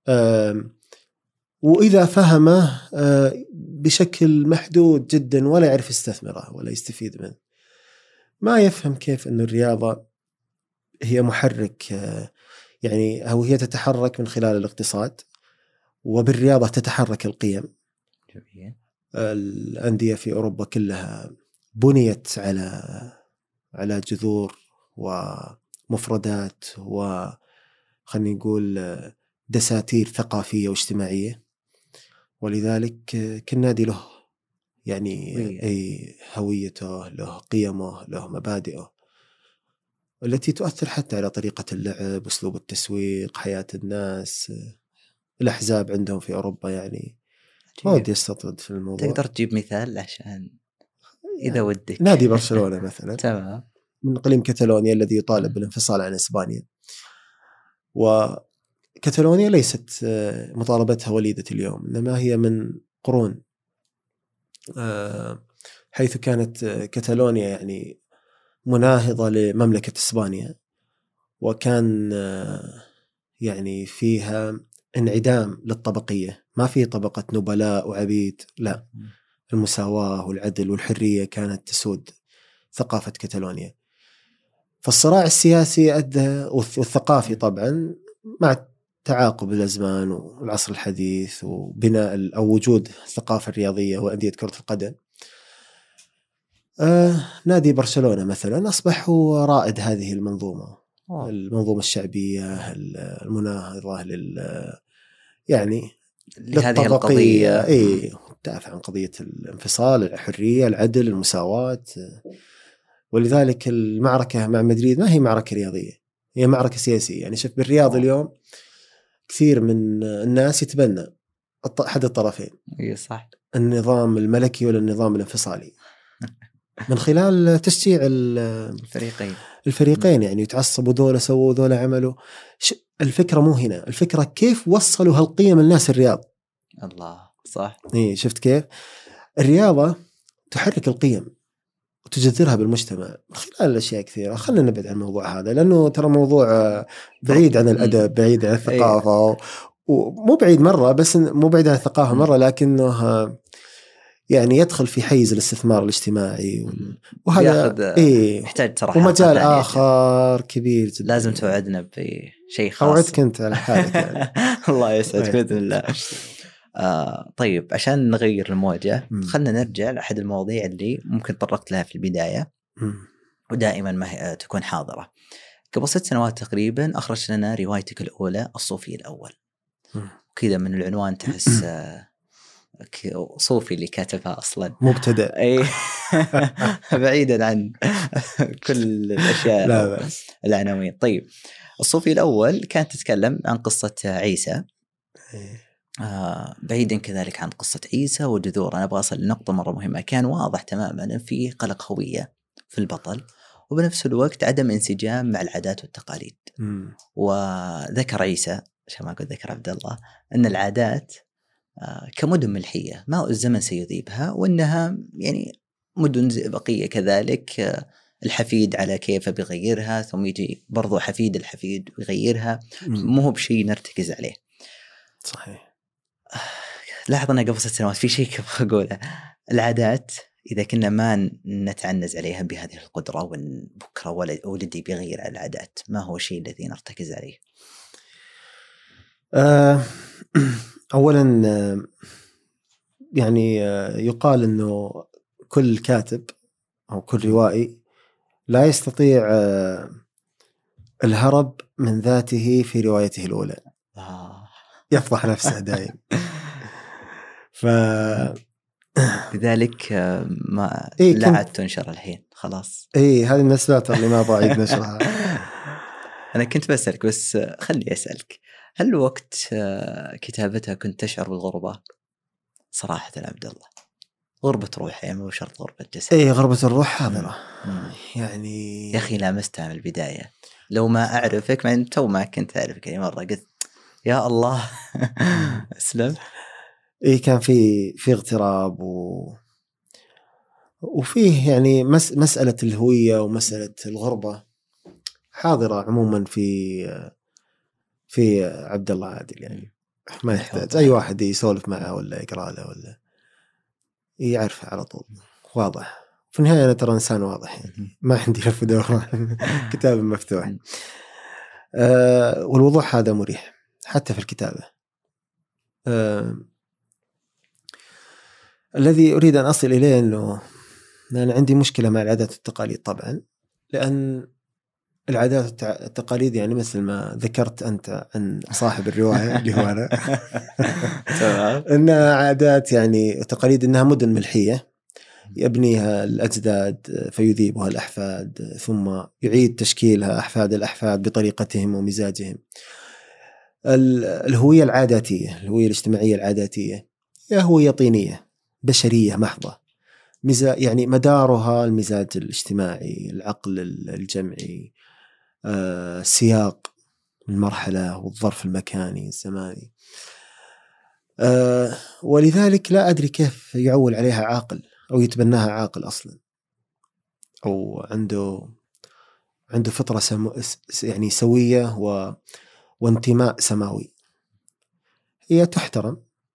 وإذا فهمه بشكل محدود جدا ولا يعرف يستثمره ولا يستفيد منه. ما يفهم كيف أن الرياضة هي محرك، يعني أو هي تتحرك من خلال الاقتصاد، وبالرياضة تتحرك القيم. جميل. الأندية في أوروبا كلها بنيت على جذور ومفردات وخلني نقول دساتير ثقافية واجتماعية، ولذلك كل نادي له يعني أي هويته، له قيمه، له مبادئه التي تؤثر حتى على طريقة اللعب، أسلوب التسويق، حياة الناس. الأحزاب عندهم في أوروبا يعني ما ودي استطرد في الموضوع. تقدر تجيب مثال عشان إذا ودك؟ نادي برشلونة مثلا تمام. من إقليم كتالونيا الذي يطالب بالانفصال عن إسبانيا، وكتالونيا ليست مطالبتها وليدة اليوم، إنما هي من قرون، حيث كانت كتالونيا يعني مناهضة لمملكة إسبانيا، وكان يعني فيها انعدام للطبقية، ما في طبقة نبلاء وعبيد، لا، المساواة والعدل والحرية كانت تسود ثقافة كتالونيا. فالصراع السياسي أدى والثقافي طبعا مع تعاقب الأزمان والعصر الحديث وبناء أو وجود الثقافة الرياضية وأندية كرة القدم، نادي برشلونة مثلا أصبح هو رائد هذه المنظومة. المنظومة الشعبية المناهضة يعني لهذه القضية، تدافع عن قضية الانفصال، الحرية، العدل، المساواة. ولذلك المعركة مع مدريد ما هي معركة رياضية، هي معركة سياسية. يعني شوف بالرياض اليوم كثير من الناس يتبنى أحد الطرفين، صح، النظام الملكي ولا النظام الانفصالي، من خلال تشجيع الفريقين يعني يتعصبوا، ذولا سووا ذولا عملوا. الفكرة مو هنا، الفكرة كيف وصلوا هالقيم الناس الرياض. الله، صح. شفت كيف الرياضة تحرك القيم وتجذرها بالمجتمع من خلال الأشياء كثيرة. خلنا نبعد عن الموضوع هذا لأنه ترى موضوع بعيد عن الأدب، بعيد عن الثقافة، ومو بعيد مرة، بس مو بعيد عن الثقافة مرة، لكنه يعني يدخل في حيز الاستثمار الاجتماعي وهذا يحتاج صراحة ومجال آخر كبير جدا. لازم توعدنا بشيء خاص. أوعدك أنت على حالك يعني. الله يسعدك بإذن الله. طيب عشان نغير الموجة خلنا نرجع لأحد المواضيع اللي ممكن طرقت لها في البداية ودائما ما تكون حاضرة. قبل 6 سنوات تقريبا أخرج لنا روايتك الأولى الصوفي الأول، كذا من العنوان تحس صوفي اللي كاتبها أصلا مبتدأ. بعيدا عن كل الأشياء العناوين. طيب الصوفي الأول كانت تتكلم عن قصة عيسى، بعيدا كذلك عن قصة عيسى وجذور. أنا أبغى أصل لنقطة مرة مهمة. كان واضح تماما أن فيه قلق هوية في البطل، وبنفس الوقت عدم انسجام مع العادات والتقاليد. وذكر عيسى عشان ما أقول ذكر عبد الله أن العادات كمدن ملحية ما الزمن سيذيبها، وأنها يعني مدن زئبقية كذلك، الحفيد على كيف بيغيرها، ثم يجي برضو حفيد الحفيد ويغيرها، مو هو بشيء نرتكز عليه. صحيح. لاحظ أنا قبل 6 سنوات في شيء كيف أقوله، العادات إذا كنا ما نتعنز عليها بهذه القدرة، وبكرة ولدي بيغير على العادات، ما هو الشيء الذي نرتكز عليه؟ أولا يعني يقال أنه كل كاتب أو كل روائي لا يستطيع الهرب من ذاته في روايته الأولى، يفضح نفسه دائم. لذلك ما لا عاد تنشر الحين خلاص. هذه من السلاتر اللي ما بعيد نشرها. أنا كنت بسألك، بس خلي أسألك، هل وقت كتابتها كنت تشعر بالغربة؟ صراحة عبد الله، غربة روح يعني مو شرط غربة جسد. غربة الروح حاضرة يعني. يا أخي لامستها من البداية، لو ما أعرفك ما تو ما كنت أعرفك يعني مرة قلت يا الله أسلم. كان في اغتراب وفيه يعني مسألة الهوية ومسألة الغربة حاضرة عموما في عبد الله عادل. يعني ما يحتاج أي واحد يسولف معه ولا يقرأ له ولا يعرفه على طول، واضح. في النهاية أنا ترى إنسان واضح يعني. ما عندي لف ودوران كتاب مفتوح. والوضوح هذا مريح حتى في الكتابة. الذي أريد أن أصل إليه أنه أنا عندي مشكلة مع العادات والتقاليد طبعا، لأن العادات والتقاليد يعني مثل ما ذكرت أنت عن صاحب الرواية اللي هو أنا إنها عادات يعني تقاليد، إنها مدن ملحية يبنيها الأجداد فيذيبها الأحفاد، ثم يعيد تشكيلها أحفاد الأحفاد بطريقتهم ومزاجهم. الهوية العاداتية، الهوية الاجتماعية العاداتية هي هوية طينية بشرية محضة، يعني مدارها المزاج الاجتماعي، العقل الجمعي، السياق، المرحلة والظرف المكاني الزماني. ولذلك لا أدري كيف يعول عليها عاقل أو يتبناها عاقل أصلا، أو عنده فطرة يعني سوية وانتماء سماوي. هي تحترم،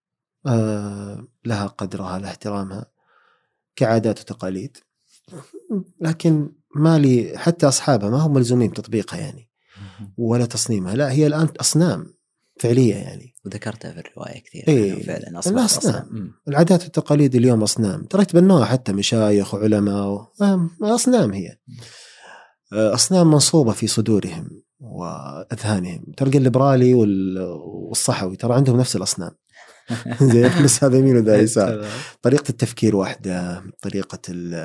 لها قدرها، لها احترامها كعادات وتقاليد، لكن ما لي حتى أصحابها ما هم ملزومين بتطبيقها يعني ولا تصميمها. لا، هي الآن أصنام فعلية يعني، وذكرتها في الرواية كثير. فعلا أصنام. العادات والتقاليد اليوم أصنام، ترى يتبنوها حتى مشايخ وعلماء، أصنام. هي أصنام منصوبة في صدورهم وأذهانهم. تلقى الليبرالي والصحوي ترى عندهم نفس الأصنام زي بس هذا يمين وذا يسار. طريقة التفكير واحدة، طريقة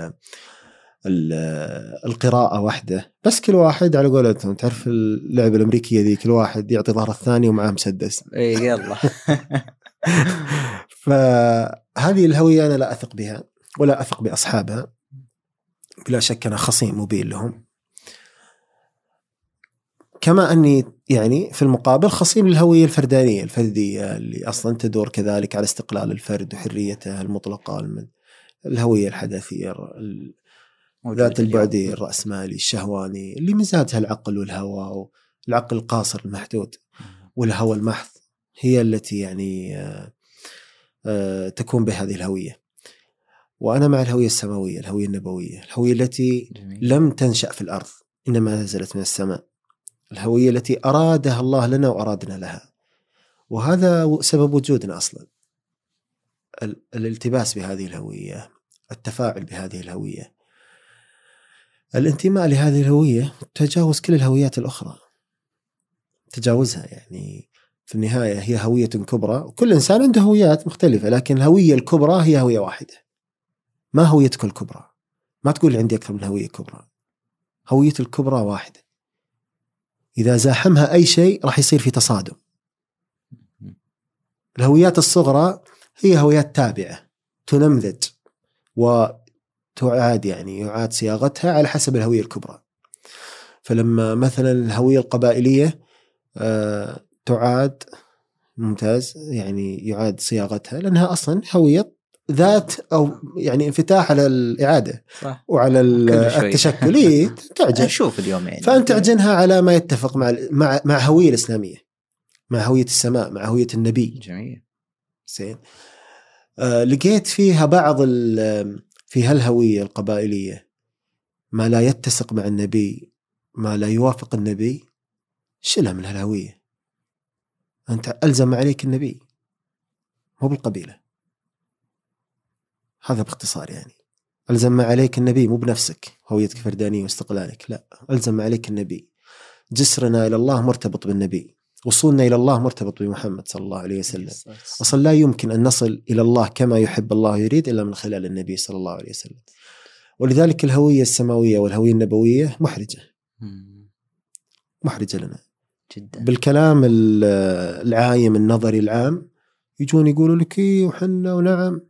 القراءة واحدة، بس كل واحد على قولتهم، تعرف اللعبة الأمريكية ذي، كل واحد يعطي ظهر الثاني ومعاه مسدس. يلا فهذه الهوية أنا لا أثق بها ولا أثق بأصحابها. بلا شك أنا خصيم مبين لهم، كما أني يعني في المقابل خصيم للهوية الفردانية الفردية اللي أصلا تدور كذلك على استقلال الفرد وحريته المطلقة. الهوية الحداثية ذات البعدي الرأسمالي الشهواني اللي مزاجها العقل والهوى، والعقل القاصر المحدود والهوى المحض، هي التي يعني تكون بهذه الهوية. وأنا مع الهوية السماوية، الهوية النبوية، الهوية التي لم تنشأ في الأرض إنما نزلت من السماء، الهوية التي أرادها الله لنا وأرادنا لها. وهذا سبب وجودنا أصلا، الالتباس بهذه الهوية، التفاعل بهذه الهوية، الانتماء لهذه الهوية، تجاوز كل الهويات الأخرى، تجاوزها. يعني في النهاية هي هوية كبرى، وكل إنسان عنده هويات مختلفة، لكن الهوية الكبرى هي هوية واحدة. ما هويتك الكبرى؟ ما تقول عندي أكثر من هوية كبرى. هوية الكبرى واحدة، إذا زاحمها أي شيء راح يصير في تصادم. الهويات الصغرى هي هويات تابعة تنمذج وتعاد، يعني يعاد صياغتها على حسب الهوية الكبرى. فلما مثلا الهوية القبائلية تعاد، ممتاز، يعني يعاد صياغتها لأنها أصلا هوية ذات أو يعني انفتاح على الإعادة صح. وعلى التشكل. تعجن، شوف اليوم يعني، فأنت تعجنها على ما يتفق مع هوية الإسلامية، مع هوية السماء، مع هوية النبي. جميل. لقيت فيها بعض في هالهوية القبائلية ما لا يتسق مع النبي، ما لا يوافق النبي، شلها من هالهوية. أنت ألزم عليك النبي مو بالقبيلة. هذا باختصار يعني. ألزم عليك النبي مو بنفسك، هويتك فردانية واستقلالك، لا، ألزم عليك النبي. جسرنا إلى الله مرتبط بالنبي، وصولنا إلى الله مرتبط بمحمد صلى الله عليه وسلم. أصلا لا يمكن أن نصل إلى الله كما يحب الله يريد إلا من خلال النبي صلى الله عليه وسلم. ولذلك الهوية السماوية والهوية النبوية محرجة لنا جدا. بالكلام العايم النظري العام يجون يقولوا لك إيه وحنا ونعم،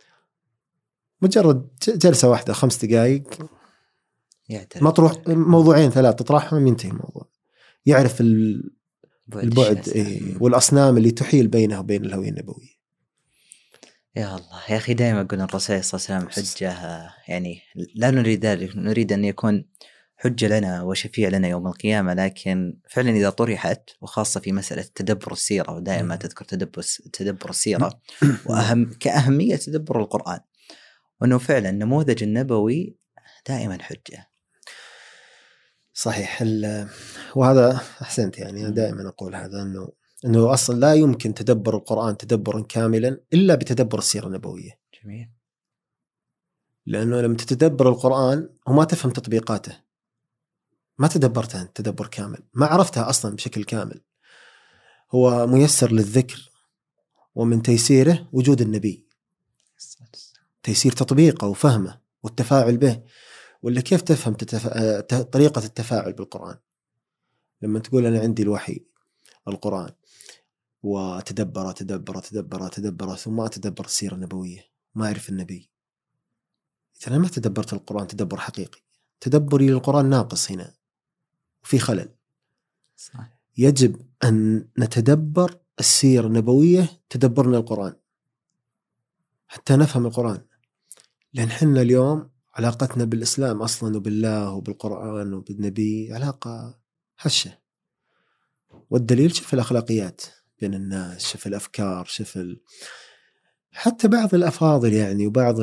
مجرد جلسة واحدة 5 دقائق مطروح موضوعين 3 تطرحهم ينتهي الموضوع. يعرف البعد والأصنام اللي تحيل بينه وبين الهوية النبوية. يا الله يا أخي، دائما قلنا الرسول صلى الله عليه وسلم حجة، يعني لا نريد ذلك، نريد أن يكون حجة لنا وشفيع لنا يوم القيامة. لكن فعلا إذا طرحت، وخاصة في مسألة تدبر السيرة، ودائما تذكر تدبر السيرة كأهمية تدبر القرآن، وأنه فعلا النموذج النبوي دائما حجة. صحيح. وهذا أحسنت، يعني أنا دائما أقول هذا، أنه أصلا لا يمكن تدبر القرآن تدبرا كاملا إلا بتدبر السيرة النبوية. جميل. لأنه لما تتدبر القرآن وما تفهم تطبيقاته، ما تدبرته تدبر كامل، ما عرفتها أصلا بشكل كامل. هو ميسر للذكر، ومن تيسيره وجود النبي، تيسير تطبيقه وفهمه والتفاعل به. ولا كيف تفهم طريقة التفاعل بالقرآن؟ لما تقول أنا عندي الوحي القرآن وتدبر ثم أتدبر السيرة النبوية ما أعرف النبي، إذا أنا ما تدبرت القرآن تدبر حقيقي. تدبري للقرآن ناقص هنا وفي خلل. صح. يجب أن نتدبر السيرة النبوية تدبرنا القرآن حتى نفهم القرآن. لأن حنا اليوم علاقتنا بالإسلام أصلا وبالله وبالقرآن وبالنبي علاقة هشة. والدليل شوف الأخلاقيات بين الناس، شوف الأفكار، شوف حتى بعض الأفاضل يعني، وبعض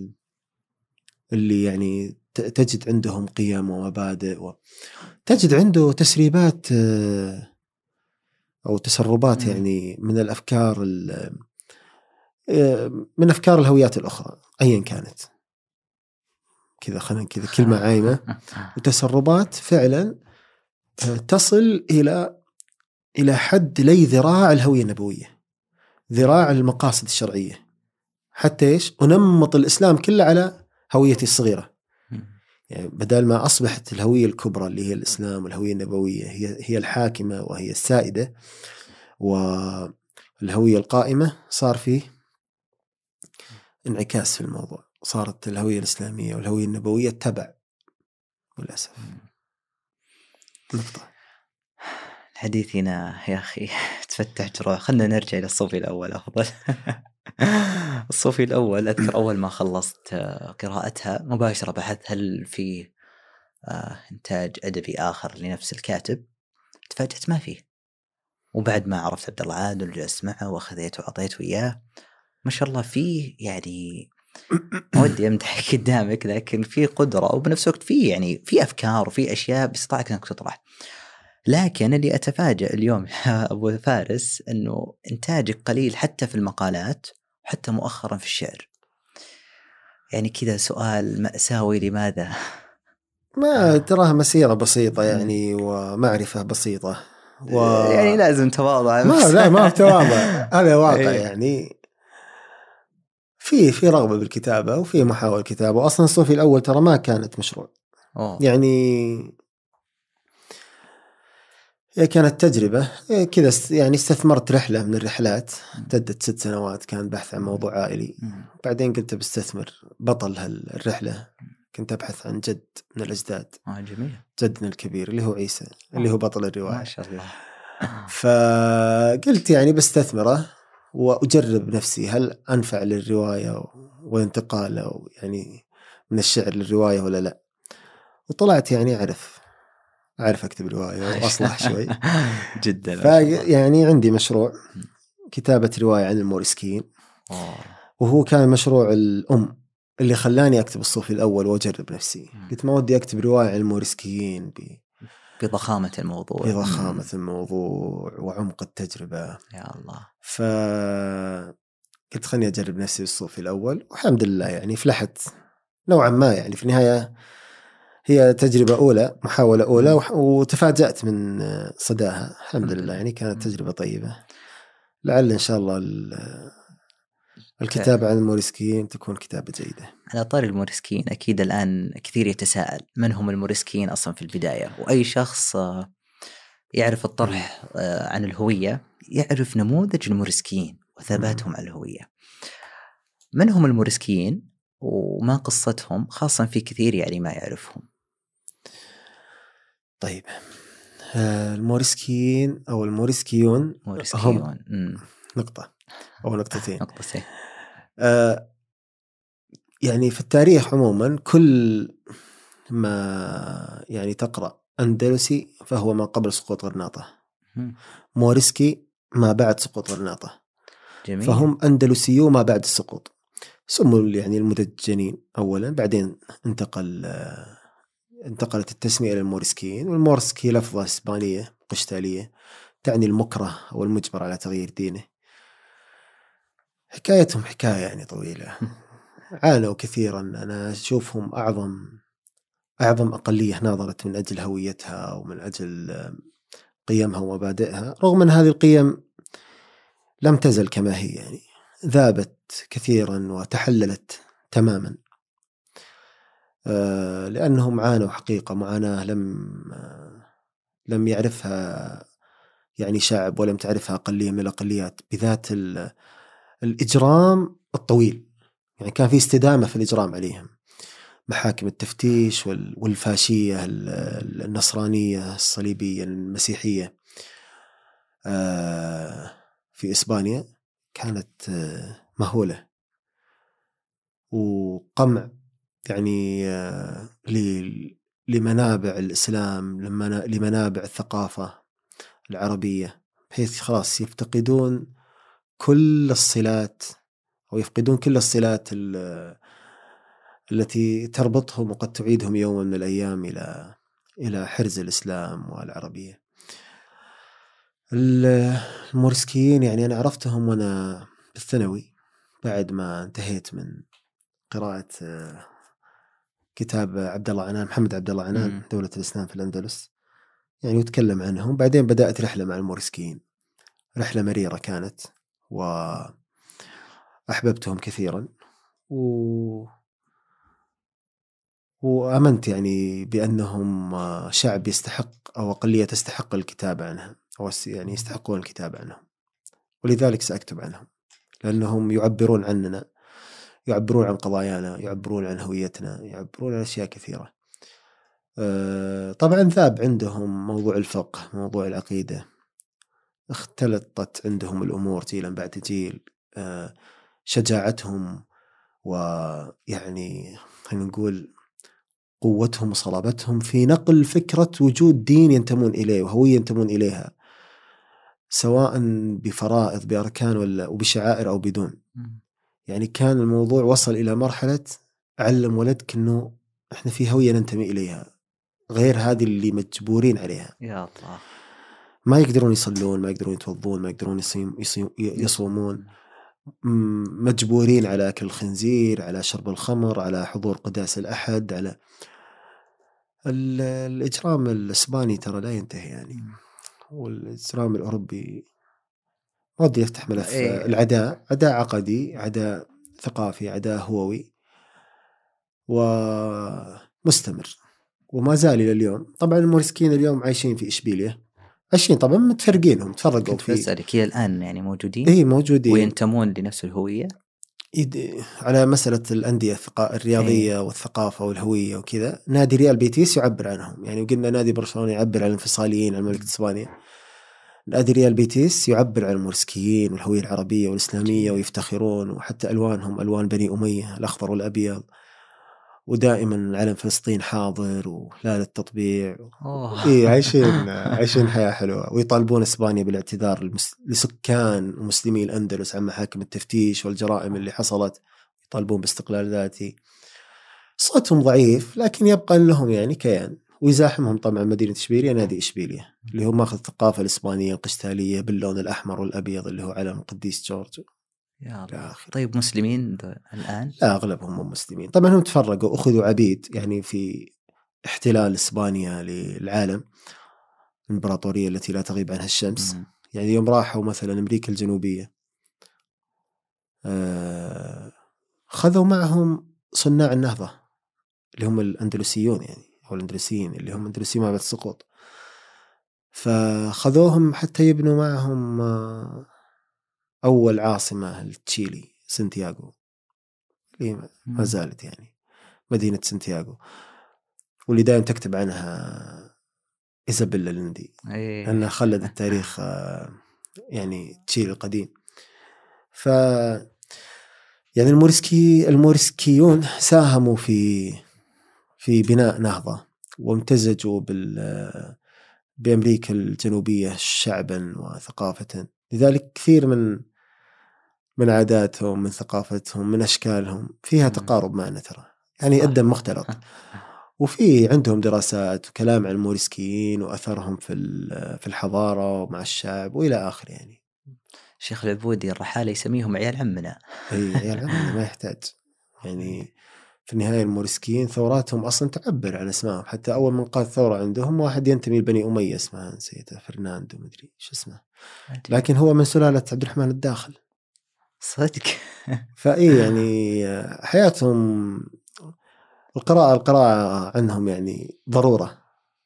اللي يعني تجد عندهم قيم ومبادئ، تجد عنده تسريبات أو تسربات يعني من الأفكار، من أفكار الهويات الأخرى أيا كانت، كذا خلينا كذا كلمة عايمة، وتسربات فعلا تصل إلى حد لي ذراع الهوية النبوية، ذراع المقاصد الشرعية، حتى إيش أنمط الإسلام كله على هويتي الصغيرة. يعني بدل ما أصبحت الهوية الكبرى اللي هي الإسلام والهوية النبوية هي الحاكمة وهي السائدة، والهوية القائمة صار فيه انعكاس في الموضوع، صارت الهوية الإسلامية والهوية النبوية تبع للأسف. نقطة. الحديث هنا يا أخي تفتح جروح. خلنا نرجع إلى الصوفي الأول أفضل. الصوفي الأول أذكر أول ما خلصت قراءتها مباشرة بحث هل في إنتاج أدبي آخر لنفس الكاتب، تفاجأت ما فيه. وبعد ما عرفت عبد الله عادل وجلست معه وأخذته وعطيته إياه، ما شاء الله فيه يعني ما ودي أمدح قدامك، لكن في قدرة وبنفس الوقت في يعني في أفكار وفي أشياء بيستطيعك أنك تطرح. لكن اللي أتفاجأ اليوم أبو فارس أنه إنتاجك قليل حتى في المقالات وحتى مؤخرا في الشعر. يعني كذا سؤال مأساوي، لماذا؟ ما تراها مسيرة بسيطة يعني ومعرفة بسيطة يعني لازم تواضع. ما تواضع، هذا واقع. يعني في رغبة بالكتابة وفي محاولة كتابة. وأصلا الصوفي الأول ترى ما كانت مشروع. يعني هي كانت تجربة كذا، يعني استثمرت رحلة من الرحلات امتدت 6 سنوات، كان بحث عن موضوع عائلي. بعدين قلت بستثمر بطل هالرحلة، كنت أبحث عن جد من الأجداد. جميل. جدنا الكبير اللي هو عيسى اللي هو بطل الرواية. ما شاء الله. فقلت يعني بستثمره وأجرب نفسي هل أنفع للرواية وانتقاله يعني من الشعر للرواية ولا لا. وطلعت يعني أعرف أكتب رواية وأصلح شوي جدا. يعني عندي مشروع كتابة رواية عن الموريسكيين، وهو كان مشروع الأم اللي خلاني أكتب الصوفي الأول وأجرب نفسي. قلت ما ودي أكتب رواية عن الموريسكيين بضخامة الموضوع وعمق التجربة. يا الله. قلت خلني أجرب نفسي بالصوفي الأول، والحمد لله يعني فلحت نوعا ما. يعني في النهاية هي تجربة أولى، محاولة أولى، وتفاجأت من صداها الحمد لله. يعني كانت تجربة طيبة. لعل إن شاء الله الكتابة عن الموريسكيين تكون كتابة جيدة. على طاري الموريسكيين، أكيد الآن كثير يتساءل من هم الموريسكيين أصلا في البداية. وأي شخص يعرف الطرح عن الهوية يعرف نموذج الموريسكيين وثباتهم على الهوية. من هم الموريسكيين وما قصتهم، خاصة في كثير يعني ما يعرفهم؟ طيب، الموريسكيين أو الموريسكيون هم نقطة أو نقطتين. نقطتين. يعني في التاريخ عموما كل ما يعني تقرأ أندلسي فهو ما قبل سقوط غرناطة، موريسكي ما بعد سقوط غرناطة. جميل. فهم أندلسيو ما بعد السقوط. سموا يعني المدجنين أولا، بعدين انتقلت التسمية إلى الموريسكيين. والموريسكي لفظة إسبانية قشتالية تعني المكره أو المجبر على تغيير دينه. حكايتهم حكاية يعني طويلة، عانوا كثيرا. أنا أشوفهم أعظم أقلية ناضلت من أجل هويتها ومن أجل قيمها ومبادئها، رغم أن هذه القيم لم تزل كما هي، يعني ذابت كثيرا وتحللت تماما، لأنهم عانوا حقيقة معاناة لم يعرفها يعني شعب، ولم تعرفها أقلية من الأقليات، بذات الإجرام الطويل. يعني كان في استدامة في الإجرام عليهم، محاكم التفتيش والفاشية النصرانية الصليبية المسيحية في إسبانيا كانت مهولة، وقمع يعني لمنابع الإسلام، لمنابع الثقافة العربية، بحيث خلاص يفقدون كل الصلات التي تربطهم وقد تعيدهم يوما من الأيام إلى حرز الإسلام والعربية. الموريسكيين يعني أنا عرفتهم وأنا بالثانوي، بعد ما انتهيت من قراءة كتاب محمد عبد الله عنان دولة الإسلام في الأندلس، يعني يتكلم عنهم. بعدين بدأت رحلة مع الموريسكيين، رحلة مريرة كانت، وأحببتهم كثيرا وأمنت يعني بأنهم شعب يستحق أو أقلية تستحق الكتاب عنها، أو يعني يستحقون الكتاب عنهم، ولذلك سأكتب عنهم، لأنهم يعبرون عننا، يعبرون عن قضايانا، يعبرون عن هويتنا، يعبرون عن أشياء كثيرة. طبعا ذاب عندهم موضوع الفقه، موضوع العقيدة، اختلطت عندهم الأمور جيلا بعد جيل. شجاعتهم ويعني خلينا نقول قوتهم وصلابتهم في نقل فكرة وجود دين ينتمون إليه وهوية ينتمون إليها، سواء بفرائض بأركان وبشعائر أو بدون. يعني كان الموضوع وصل إلى مرحلة علم ولدك أنه إحنا في هوية ننتمي إليها غير هذه اللي مجبورين عليها. يا الله، ما يقدرون يصلون، ما يقدرون يتوضون، ما يقدرون يصومون، مجبورين على أكل الخنزير، على شرب الخمر، على حضور قداس الأحد، على الإجرام الإسباني ترى لا ينتهي يعني. والإجرام الأوروبي ما ودي يفتح ملف العداء، عداء عقدي، عداء ثقافي، عداء هووي، ومستمر وما زال إلى اليوم. طبعا الموريسكيين اليوم عايشين في إشبيلية، عايشين طبعا متفرقينهم، تفرقوا في أسألك هي الآن يعني موجودين؟ إيه موجودين وينتمون لنفس الهوية على مسألة الأندية الرياضية والثقافة والهوية وكذا. نادي ريال بيتيس يعبر عنهم، يعني وقلنا نادي برشلونة يعبر عن الانفصاليين عن مملكة إسبانيا، نادي ريال بيتيس يعبر عن الموريسكيين والهوية العربية والإسلامية، ويفتخرون، وحتى ألوانهم ألوان بني أمية، الأخضر والأبيض، ودائما علم فلسطين حاضر ولا للتطبيع. إيه عايشين حياة حلوة، ويطالبون إسبانيا بالاعتذار لسكان ومسلمي الأندلس عن محاكم التفتيش والجرائم اللي حصلت، يطالبون باستقلال ذاتي. صوتهم ضعيف لكن يبقى لهم يعني كيان، ويزاحمهم طبعا مدينة إشبيلية نادي إشبيلية اللي هو ماخذ الثقافة الإسبانية القشتالية باللون الأحمر والأبيض اللي هو علم القديس جورج. يا الله. طيب مسلمين الآن؟ لا أغلبهم مسلمين طبعا، هم تفرقوا، أخذوا عبيد يعني في احتلال إسبانيا للعالم، الإمبراطورية التي لا تغيب عنها الشمس. يعني يوم راحوا مثلا أمريكا الجنوبية خذوا معهم صناع النهضة اللي هم الأندلسيون، يعني أو الأندلسيين اللي هم أندلسيين ما بعد السقوط، فخذوهم حتى يبنوا معهم أول عاصمة لتشيلي سانتياغو، اللي ما زالت يعني مدينة سانتياغو، واللي دائما تكتب عنها إيزابيلا ليندي أنها خلد التاريخ يعني تشيلي القديم. يعني الموريسكيون ساهموا في بناء نهضة، وامتزجوا بأمريكا الجنوبية شعبا وثقافة. لذلك كثير من من عاداتهم، من ثقافتهم، من أشكالهم، فيها تقارب معنا ترى، يعني الدم مختلط. وفي عندهم دراسات وكلام عن الموريسكيين وأثرهم في الحضارة ومع الشعب وإلى آخر. يعني الشيخ العبودي الرحالة يسميهم عيال عمنا. أي عيال عمنا، ما يحتاج. يعني في النهاية الموريسكيين ثوراتهم أصلا تعبر عن اسمائهم. حتى أول من قاد ثورة عندهم واحد ينتمي لبني أمية اسمه سيدة فرناندو مدري شو اسمه، لكن هو من سلالة عبد الرحمن الداخل صدق. فإيه يعني حياتهم القراءة عنهم يعني ضرورة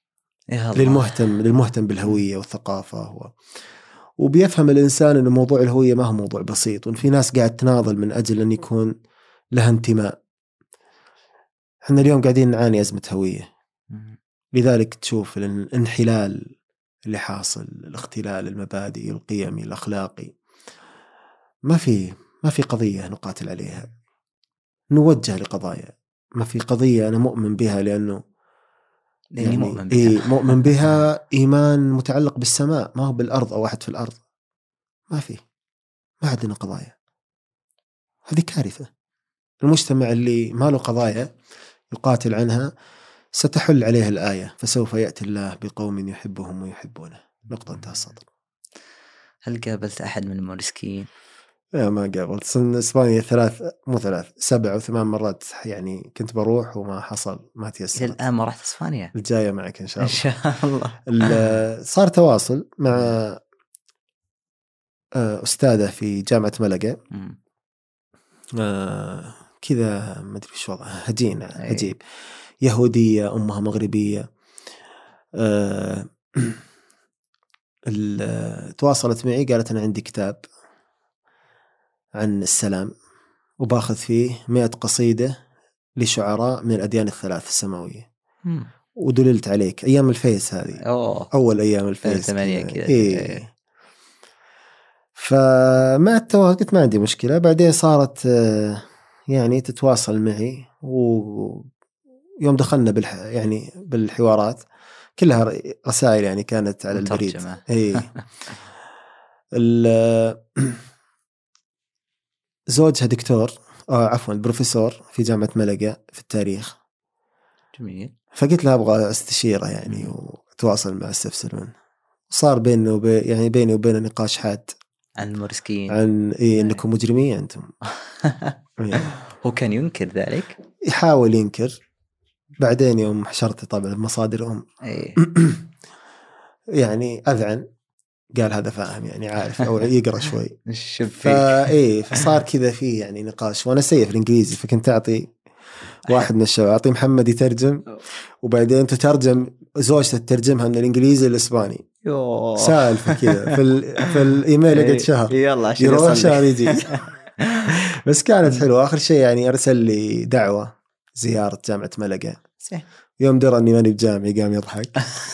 للمهتم بالهوية والثقافة وبيفهم الإنسان أن موضوع الهوية ما هو موضوع بسيط، وإن في ناس قاعد تناضل من أجل أن يكون لها انتماء. احنا اليوم قاعدين نعاني أزمة هوية، لذلك تشوف الانحلال اللي حاصل، الاختلال المبادئي القيمي الأخلاقي. ما في قضية نقاتل عليها، نوجه لقضايا. ما في قضية أنا مؤمن بها لأني يعني مؤمن بها. مؤمن بها إيمان متعلق بالسماء، ما هو بالأرض أو واحد في الأرض. ما عندنا قضايا، هذه كارثة. المجتمع اللي ما له قضايا يقاتل عنها ستحل عليه الآية فسوف يأتي الله بقوم يحبهم ويحبونه. نقطة، انتهى السطر. هل قابلت أحد من الموريسكيين؟ لا ما قابلت. صرنا إسبانيا 7 أو 8 مرات يعني كنت بروح وما حصل، ما تيسر. الآن ما رحت إسبانيا؟ الجاية معك إن شاء الله. إن شاء الله. صار تواصل مع أستاذة في جامعة ملقا، كذا ما أدري شو وضعها، هجيب يهودية أمها مغربية. تواصلت معي قالت أنا عندي كتاب عن السلام وباخذ فيه 100 قصيدة لشعراء من الأديان الثلاث السماوية، ودللت عليك أيام الفيس هذه. أول أيام الفيس 8 كذا. إيه. فمع التواصل قلت ما عندي مشكلة. بعدين صارت يعني تتواصل معي، ويوم دخلنا يعني بالحوارات كلها رسائل يعني كانت على البريد. إيه. زوجها دكتور بروفيسور في جامعة ملقا في التاريخ. جميل. فقلت لها أبغى استشيره يعني وتواصل مع استفسرون. صار بيني وبينه نقاش حاد عن الموريسكيين، عن إنكم مجرمين أنتم. هو كان ينكر ذلك، يحاول ينكر. بعدين يوم حشرت طبعا مصادرهم يعني أذعن، قال هذا فاهم يعني عارف أو يقرأ شوي. فصار كذا فيه يعني نقاش، وأنا سيء في الإنجليزي فكنت أعطي واحد من الشباب، أعطي محمد يترجم، وبعدين تترجم زوجته تترجمها من الإنجليزي للإسباني. سالفة كذا في الإيميل قد شهر يروح شهر يجي. بس كانت حلوة. آخر شيء يعني أرسل لي دعوة زيارة جامعة ملقا. يوم درى أني ماني بجامعي قام يضحك.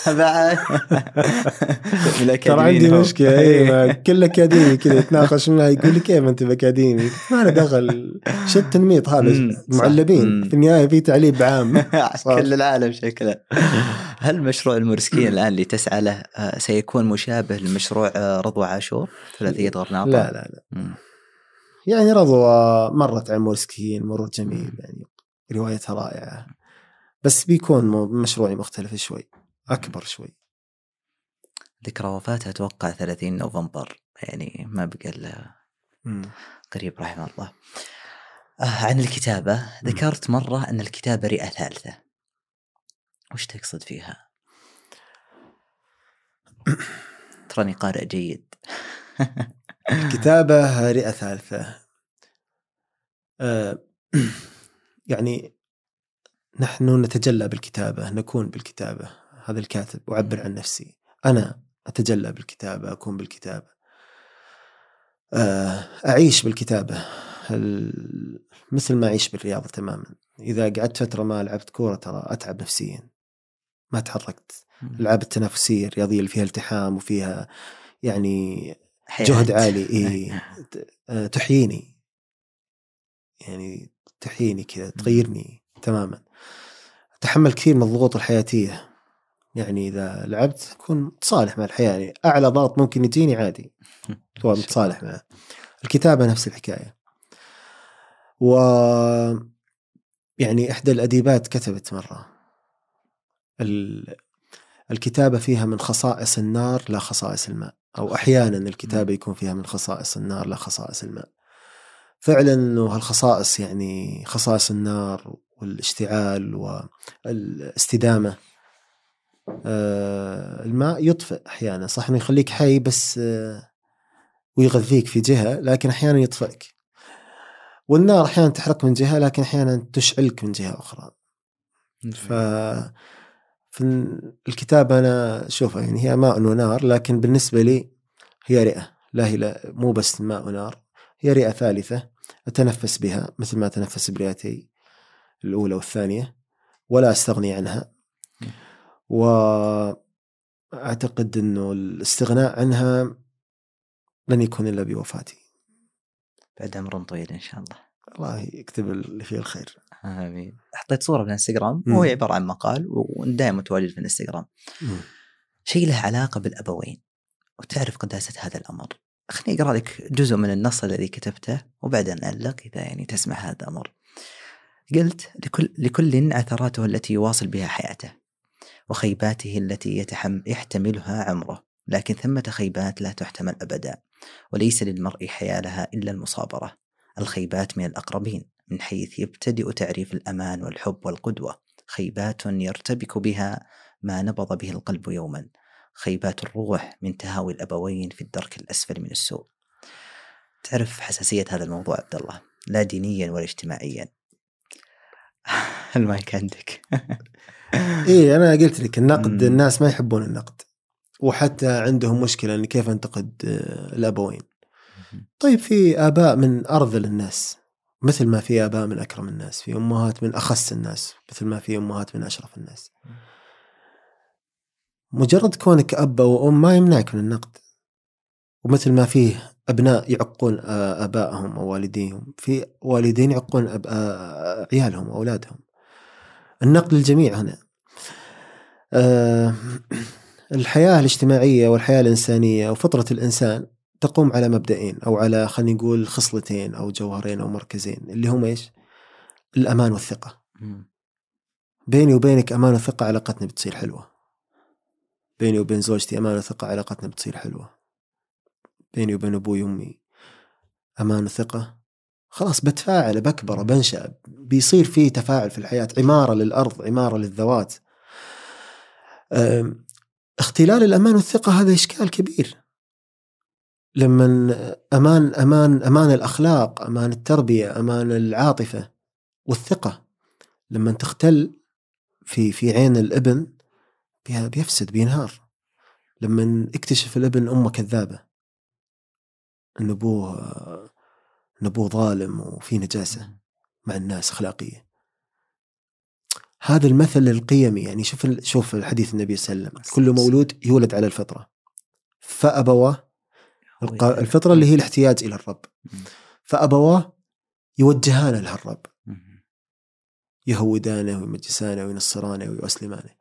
ترى عندي مشكلة. كل أكاديمي كذا يتناقش معه يقول لي كيف أنت بأكاديمي؟ ما له دخل. شو التنميط هذا؟ معلبين في النهاية في تعليب عام كل العالم شكله. هل مشروع الموريسكيين الآن اللي تسعى له سيكون مشابه لمشروع رضوى عاشور ثلاثية غرناطة؟ لا. يعني رضوى مرت على الموريسكيين مرور جميل، يعني روايتها رائعة، بس بيكون مشروعي مختلف شوي، أكبر شوي. ذكرى وفاتها أتوقع 30 نوفمبر، يعني ما بقى إلا قريب رحمه الله. عن الكتابة ذكرت مرة أن الكتابة رئة ثالثة، وش تقصد فيها؟ تراني قارئ جيد. الكتابة رئة ثالثة، يعني نحن نتجلى بالكتابة، نكون بالكتابة. هذا الكاتب أعبر عن نفسي، أنا أتجلى بالكتابة، أكون بالكتابة، أعيش بالكتابة مثل ما أعيش بالرياضة تماما. إذا قعدت فترة ما لعبت كورة ترى أتعب نفسيا، ما تحركت. الألعاب التنافسية الرياضية اللي فيها التحام وفيها يعني جهد عالي تحييني، يعني تحييني كذا، تغيرني تماما. أتحمل كثير من الضغوط الحياتية، يعني إذا لعبت أكون متصالح مع الحياة. يعني أعلى ضغط ممكن يجيني عادي متصالح معه. الكتابة نفس الحكاية. يعني إحدى الأديبات كتبت مرة الكتابة فيها من خصائص النار لا خصائص الماء، أو أحيانا الكتابة يكون فيها من خصائص النار لا خصائص الماء. فعلا أنه هالخصائص يعني خصائص النار والاشتعال والاستدامة. الماء يطفئ أحيانا، صح أنه يخليك حي بس ويغذيك في جهة، لكن أحيانا يطفئك. والنار أحيانا تحرق من جهة، لكن أحيانا تشعلك من جهة أخرى. في الكتابة أنا أشوفها يعني هي ماء ونار، لكن بالنسبة لي هي رئة، لا مو بس ماء ونار، هي رئة ثالثة أتنفس بها مثل ما أتنفس برئتي الأولى والثانية، ولا أستغني عنها. وأعتقد أنه الاستغناء عنها لن يكون إلا بوفاتي بعد عمر طويل إن شاء الله. الله يكتب اللي فيه الخير. آمين. حطيت صورة في الانستغرام وهي عبارة عن مقال ودائما متواجد في الانستغرام، شيء له علاقة بالأبوين، وتعرف قداسة هذا الأمر. خليني أقرأ لك جزء من النص الذي كتبته وبعدين نعلق إذا يعني تسمع هذا الأمر. قلت: لكل عثراته التي يواصل بها حياته، وخيباته التي يحتملها عمره، لكن ثمة خيبات لا تحتمل أبدا، وليس للمرء حيالها إلا المصابرة. الخيبات من الأقربين، من حيث يبتدئ تعريف الأمان والحب والقدوة. خيبات يرتبك بها ما نبض به القلب يوما. خيبات الروح من تهاوي الأبوين في الدرك الأسفل من السوء. تعرف حساسية هذا الموضوع عبد الله، لا دينيا ولا اجتماعيا. المايك عندك. إيه أنا قلت لك النقد، الناس ما يحبون النقد، وحتى عندهم مشكلة أن كيف أنتقد الأبوين. طيب في آباء من أرذل الناس مثل ما في آباء من أكرم الناس، في أمهات من أخس الناس مثل ما في أمهات من أشرف الناس. مجرد كونك أب أو أم ما يمنعك من النقد، ومثل ما فيه أبناء يعقون آبائهم أو والديهم، في والدين يعقون عيالهم وأولادهم. النقد للجميع هنا. الحياة الاجتماعية والحياة الإنسانية وفطرة الإنسان تقوم على مبدئين، أو على خلينا نقول خصلتين أو جوهرين أو مركزين، اللي هم إيش؟ الأمان والثقة. بيني وبينك أمان وثقة، علاقتنا بتصير حلوة. بيني وبين زوجتي أمان وثقة، علاقتنا بتصير حلوة. بيني وبين أبوي وأمي أمان وثقة، خلاص بتفاعل، بكبر، بنشأ، بيصير فيه تفاعل في الحياة، عمارة للأرض، عمارة للذوات. اختلال الأمان والثقة هذا إشكال كبير. لما أمان الأخلاق، أمان التربية، أمان العاطفة والثقة لما تختل في عين الابن بيفسد، بينهار. لما اكتشف الابن أمه كذابة، أن أبوه ظالم وفي نجاسة مع الناس أخلاقية. هذا المثل القيمي. يعني شوف الحديث النبي صلى الله عليه وسلم: كل مولود يولد على الفطرة فأبواه، الفطرة اللي هي الاحتياج إلى الرب، فأبواه يوجهان لها الرب، يهودانه ويمجسانه وينصرانه ويسلمانه.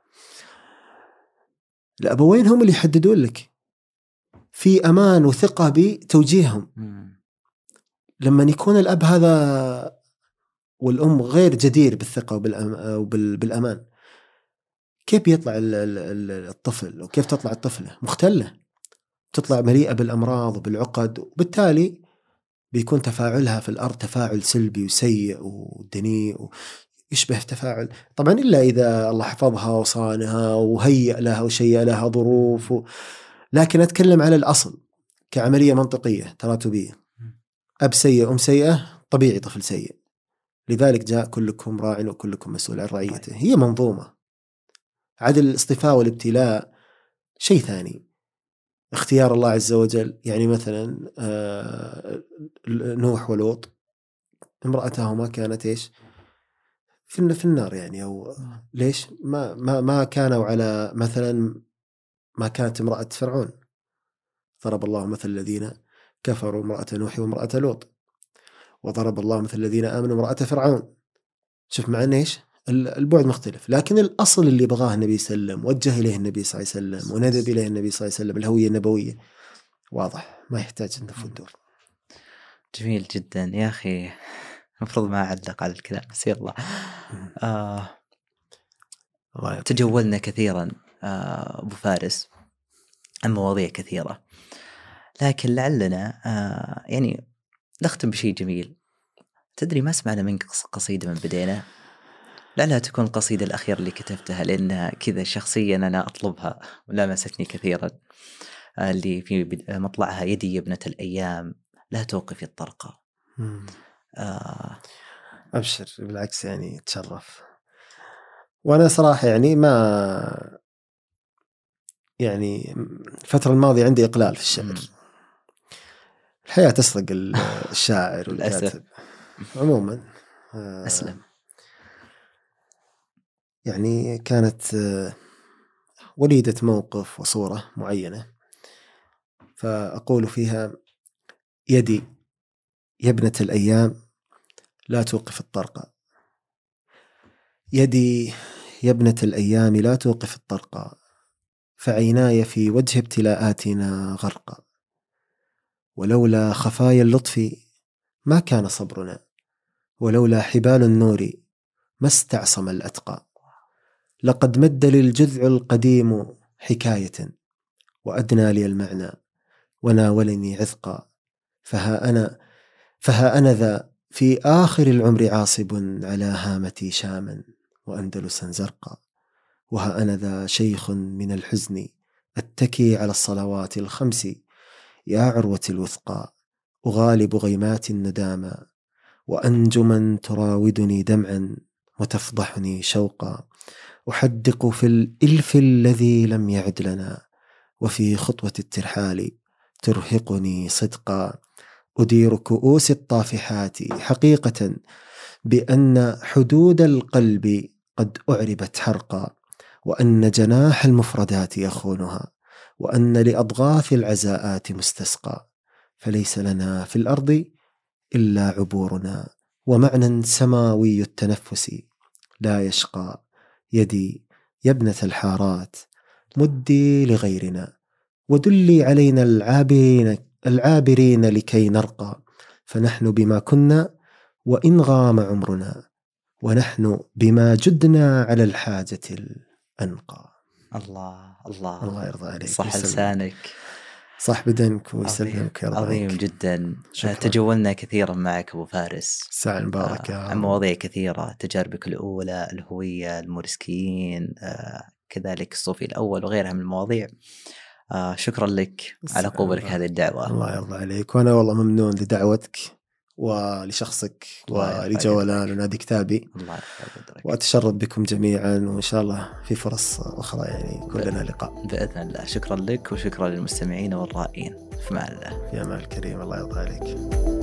الأبوين هم اللي يحددون لك في أمان وثقة بتوجيههم. لما يكون الأب هذا والأم غير جدير بالثقة وبالأمان، كيف يطلع الطفل، وكيف تطلع الطفلة مختلة، تطلع مليئة بالأمراض وبالعقد، وبالتالي بيكون تفاعلها في الأرض تفاعل سلبي وسيء ودنيء، يشبه تفاعل طبعا إلا إذا الله حفظها وصانها وهيئ لها وشيء لها ظروف لكن أتكلم على الأصل كعملية منطقية تراتبية. أب سيء أم سيئة، طبيعي طفل سيء. لذلك جاء كلكم راع وكلكم مسؤول عن رعيته. هي منظومة. عدل الاصطفاء والابتلاء شيء ثاني. اختيار الله عز وجل، يعني مثلا نوح ولوط، امرأتهما كانت إيش في النار، يعني أو ليش ما كانوا على مثلا ما كانت امرأة فرعون. ضرب الله مثل الذين كفروا امرأة نوح وامرأة لوط، وضرب الله مثل الذين آمنوا امرأة فرعون. شوف معنى إيش البعد مختلف، لكن الأصل اللي بغاه النبي صلى الله عليه وسلم، وجه إليه النبي صلى الله عليه وسلم، وندب إليه النبي صلى الله عليه وسلم، الهوية النبوية واضح، ما يحتاج أن ندور. جميل جدا يا أخي. المفروض ما أعلق على الكلام بس يلا. تجولنا كثيرا أبو فارس عن مواضيع كثيرة، لكن لعلنا يعني نختم بشيء جميل. تدري ما سمعنا منك قصيدة من بدينا؟ لعلها تكون القصيدة الأخيرة اللي كتبتها، لأنها كذا شخصيا أنا أطلبها ولمستني كثيرا، اللي في مطلعها: يدي يا ابنة الأيام لا توقفي الطرقة. أبشر، بالعكس يعني تشرف. وأنا صراحة يعني ما يعني الفترة الماضية عندي إقلال في الشعر. الحياة تسرق الشاعر والكاتب عموما. أسلم. يعني كانت وليدة موقف وصورة معينة، فأقول فيها: يدي يا ابنة الأيام لا توقف الطرقة، يدي يا ابنة الأيام لا توقف الطرقة، فعيناي في وجه ابتلاءاتنا غرقا، ولولا خفايا اللطف ما كان صبرنا، ولولا حبال النور ما استعصم الأتقى، لقد مد للجذع القديم حكاية وأدنى لي المعنى وناولني عذقا، فها أنا ذا في آخر العمر عاصب على هامتي شاما وأندلسا زرقا، وها أنا ذا شيخ من الحزن أتكي على الصلوات الخمس يا عروة الوثقى، أغالب غيمات الندامى وأنجما تراودني دمعا وتفضحني شوقا، أحدق في الإلف الذي لم يعد لنا وفي خطوة الترحال ترهقني صدقا، أدير كؤوس الطافحات حقيقة بأن حدود القلب قد أعربت حرقا، وأن جناح المفردات يخونها، وأن لأضغاث العزاءات مستسقى، فليس لنا في الأرض إلا عبورنا ومعنى سماوي التنفس لا يشقى، يدي يا ابنة الحارات مدي لغيرنا ودلي علينا العابرين لكي نرقى، فنحن بما كنا وإن غام عمرنا، ونحن بما جدنا على الحاجة الأنقى. الله الله الله يرضى عليك، صح لسانك، صح بدنك ويسلمك. عظيم جدا. تجولنا كثيرا معك أبو فارس، ساعة مباركة عن مواضيع كثيرة، تجاربك الأولى، الهوية، الموريسكيين، كذلك الصوفي الأول وغيرها من المواضيع. شكرا لك على قبولك هذه الدعوة. الله يرضى عليك، وأنا والله ممنون لدعوتك ولشخصك ولجولان ونادي كتابي. الله يرضى. وأتشرف بكم جميعا، وإن شاء الله في فرص أخرى يعني كلنا لقاء بإذن الله. شكرا لك وشكرا للمستمعين والرائين. في أمان الله. في أمان الكريم. الله يرضى عليك.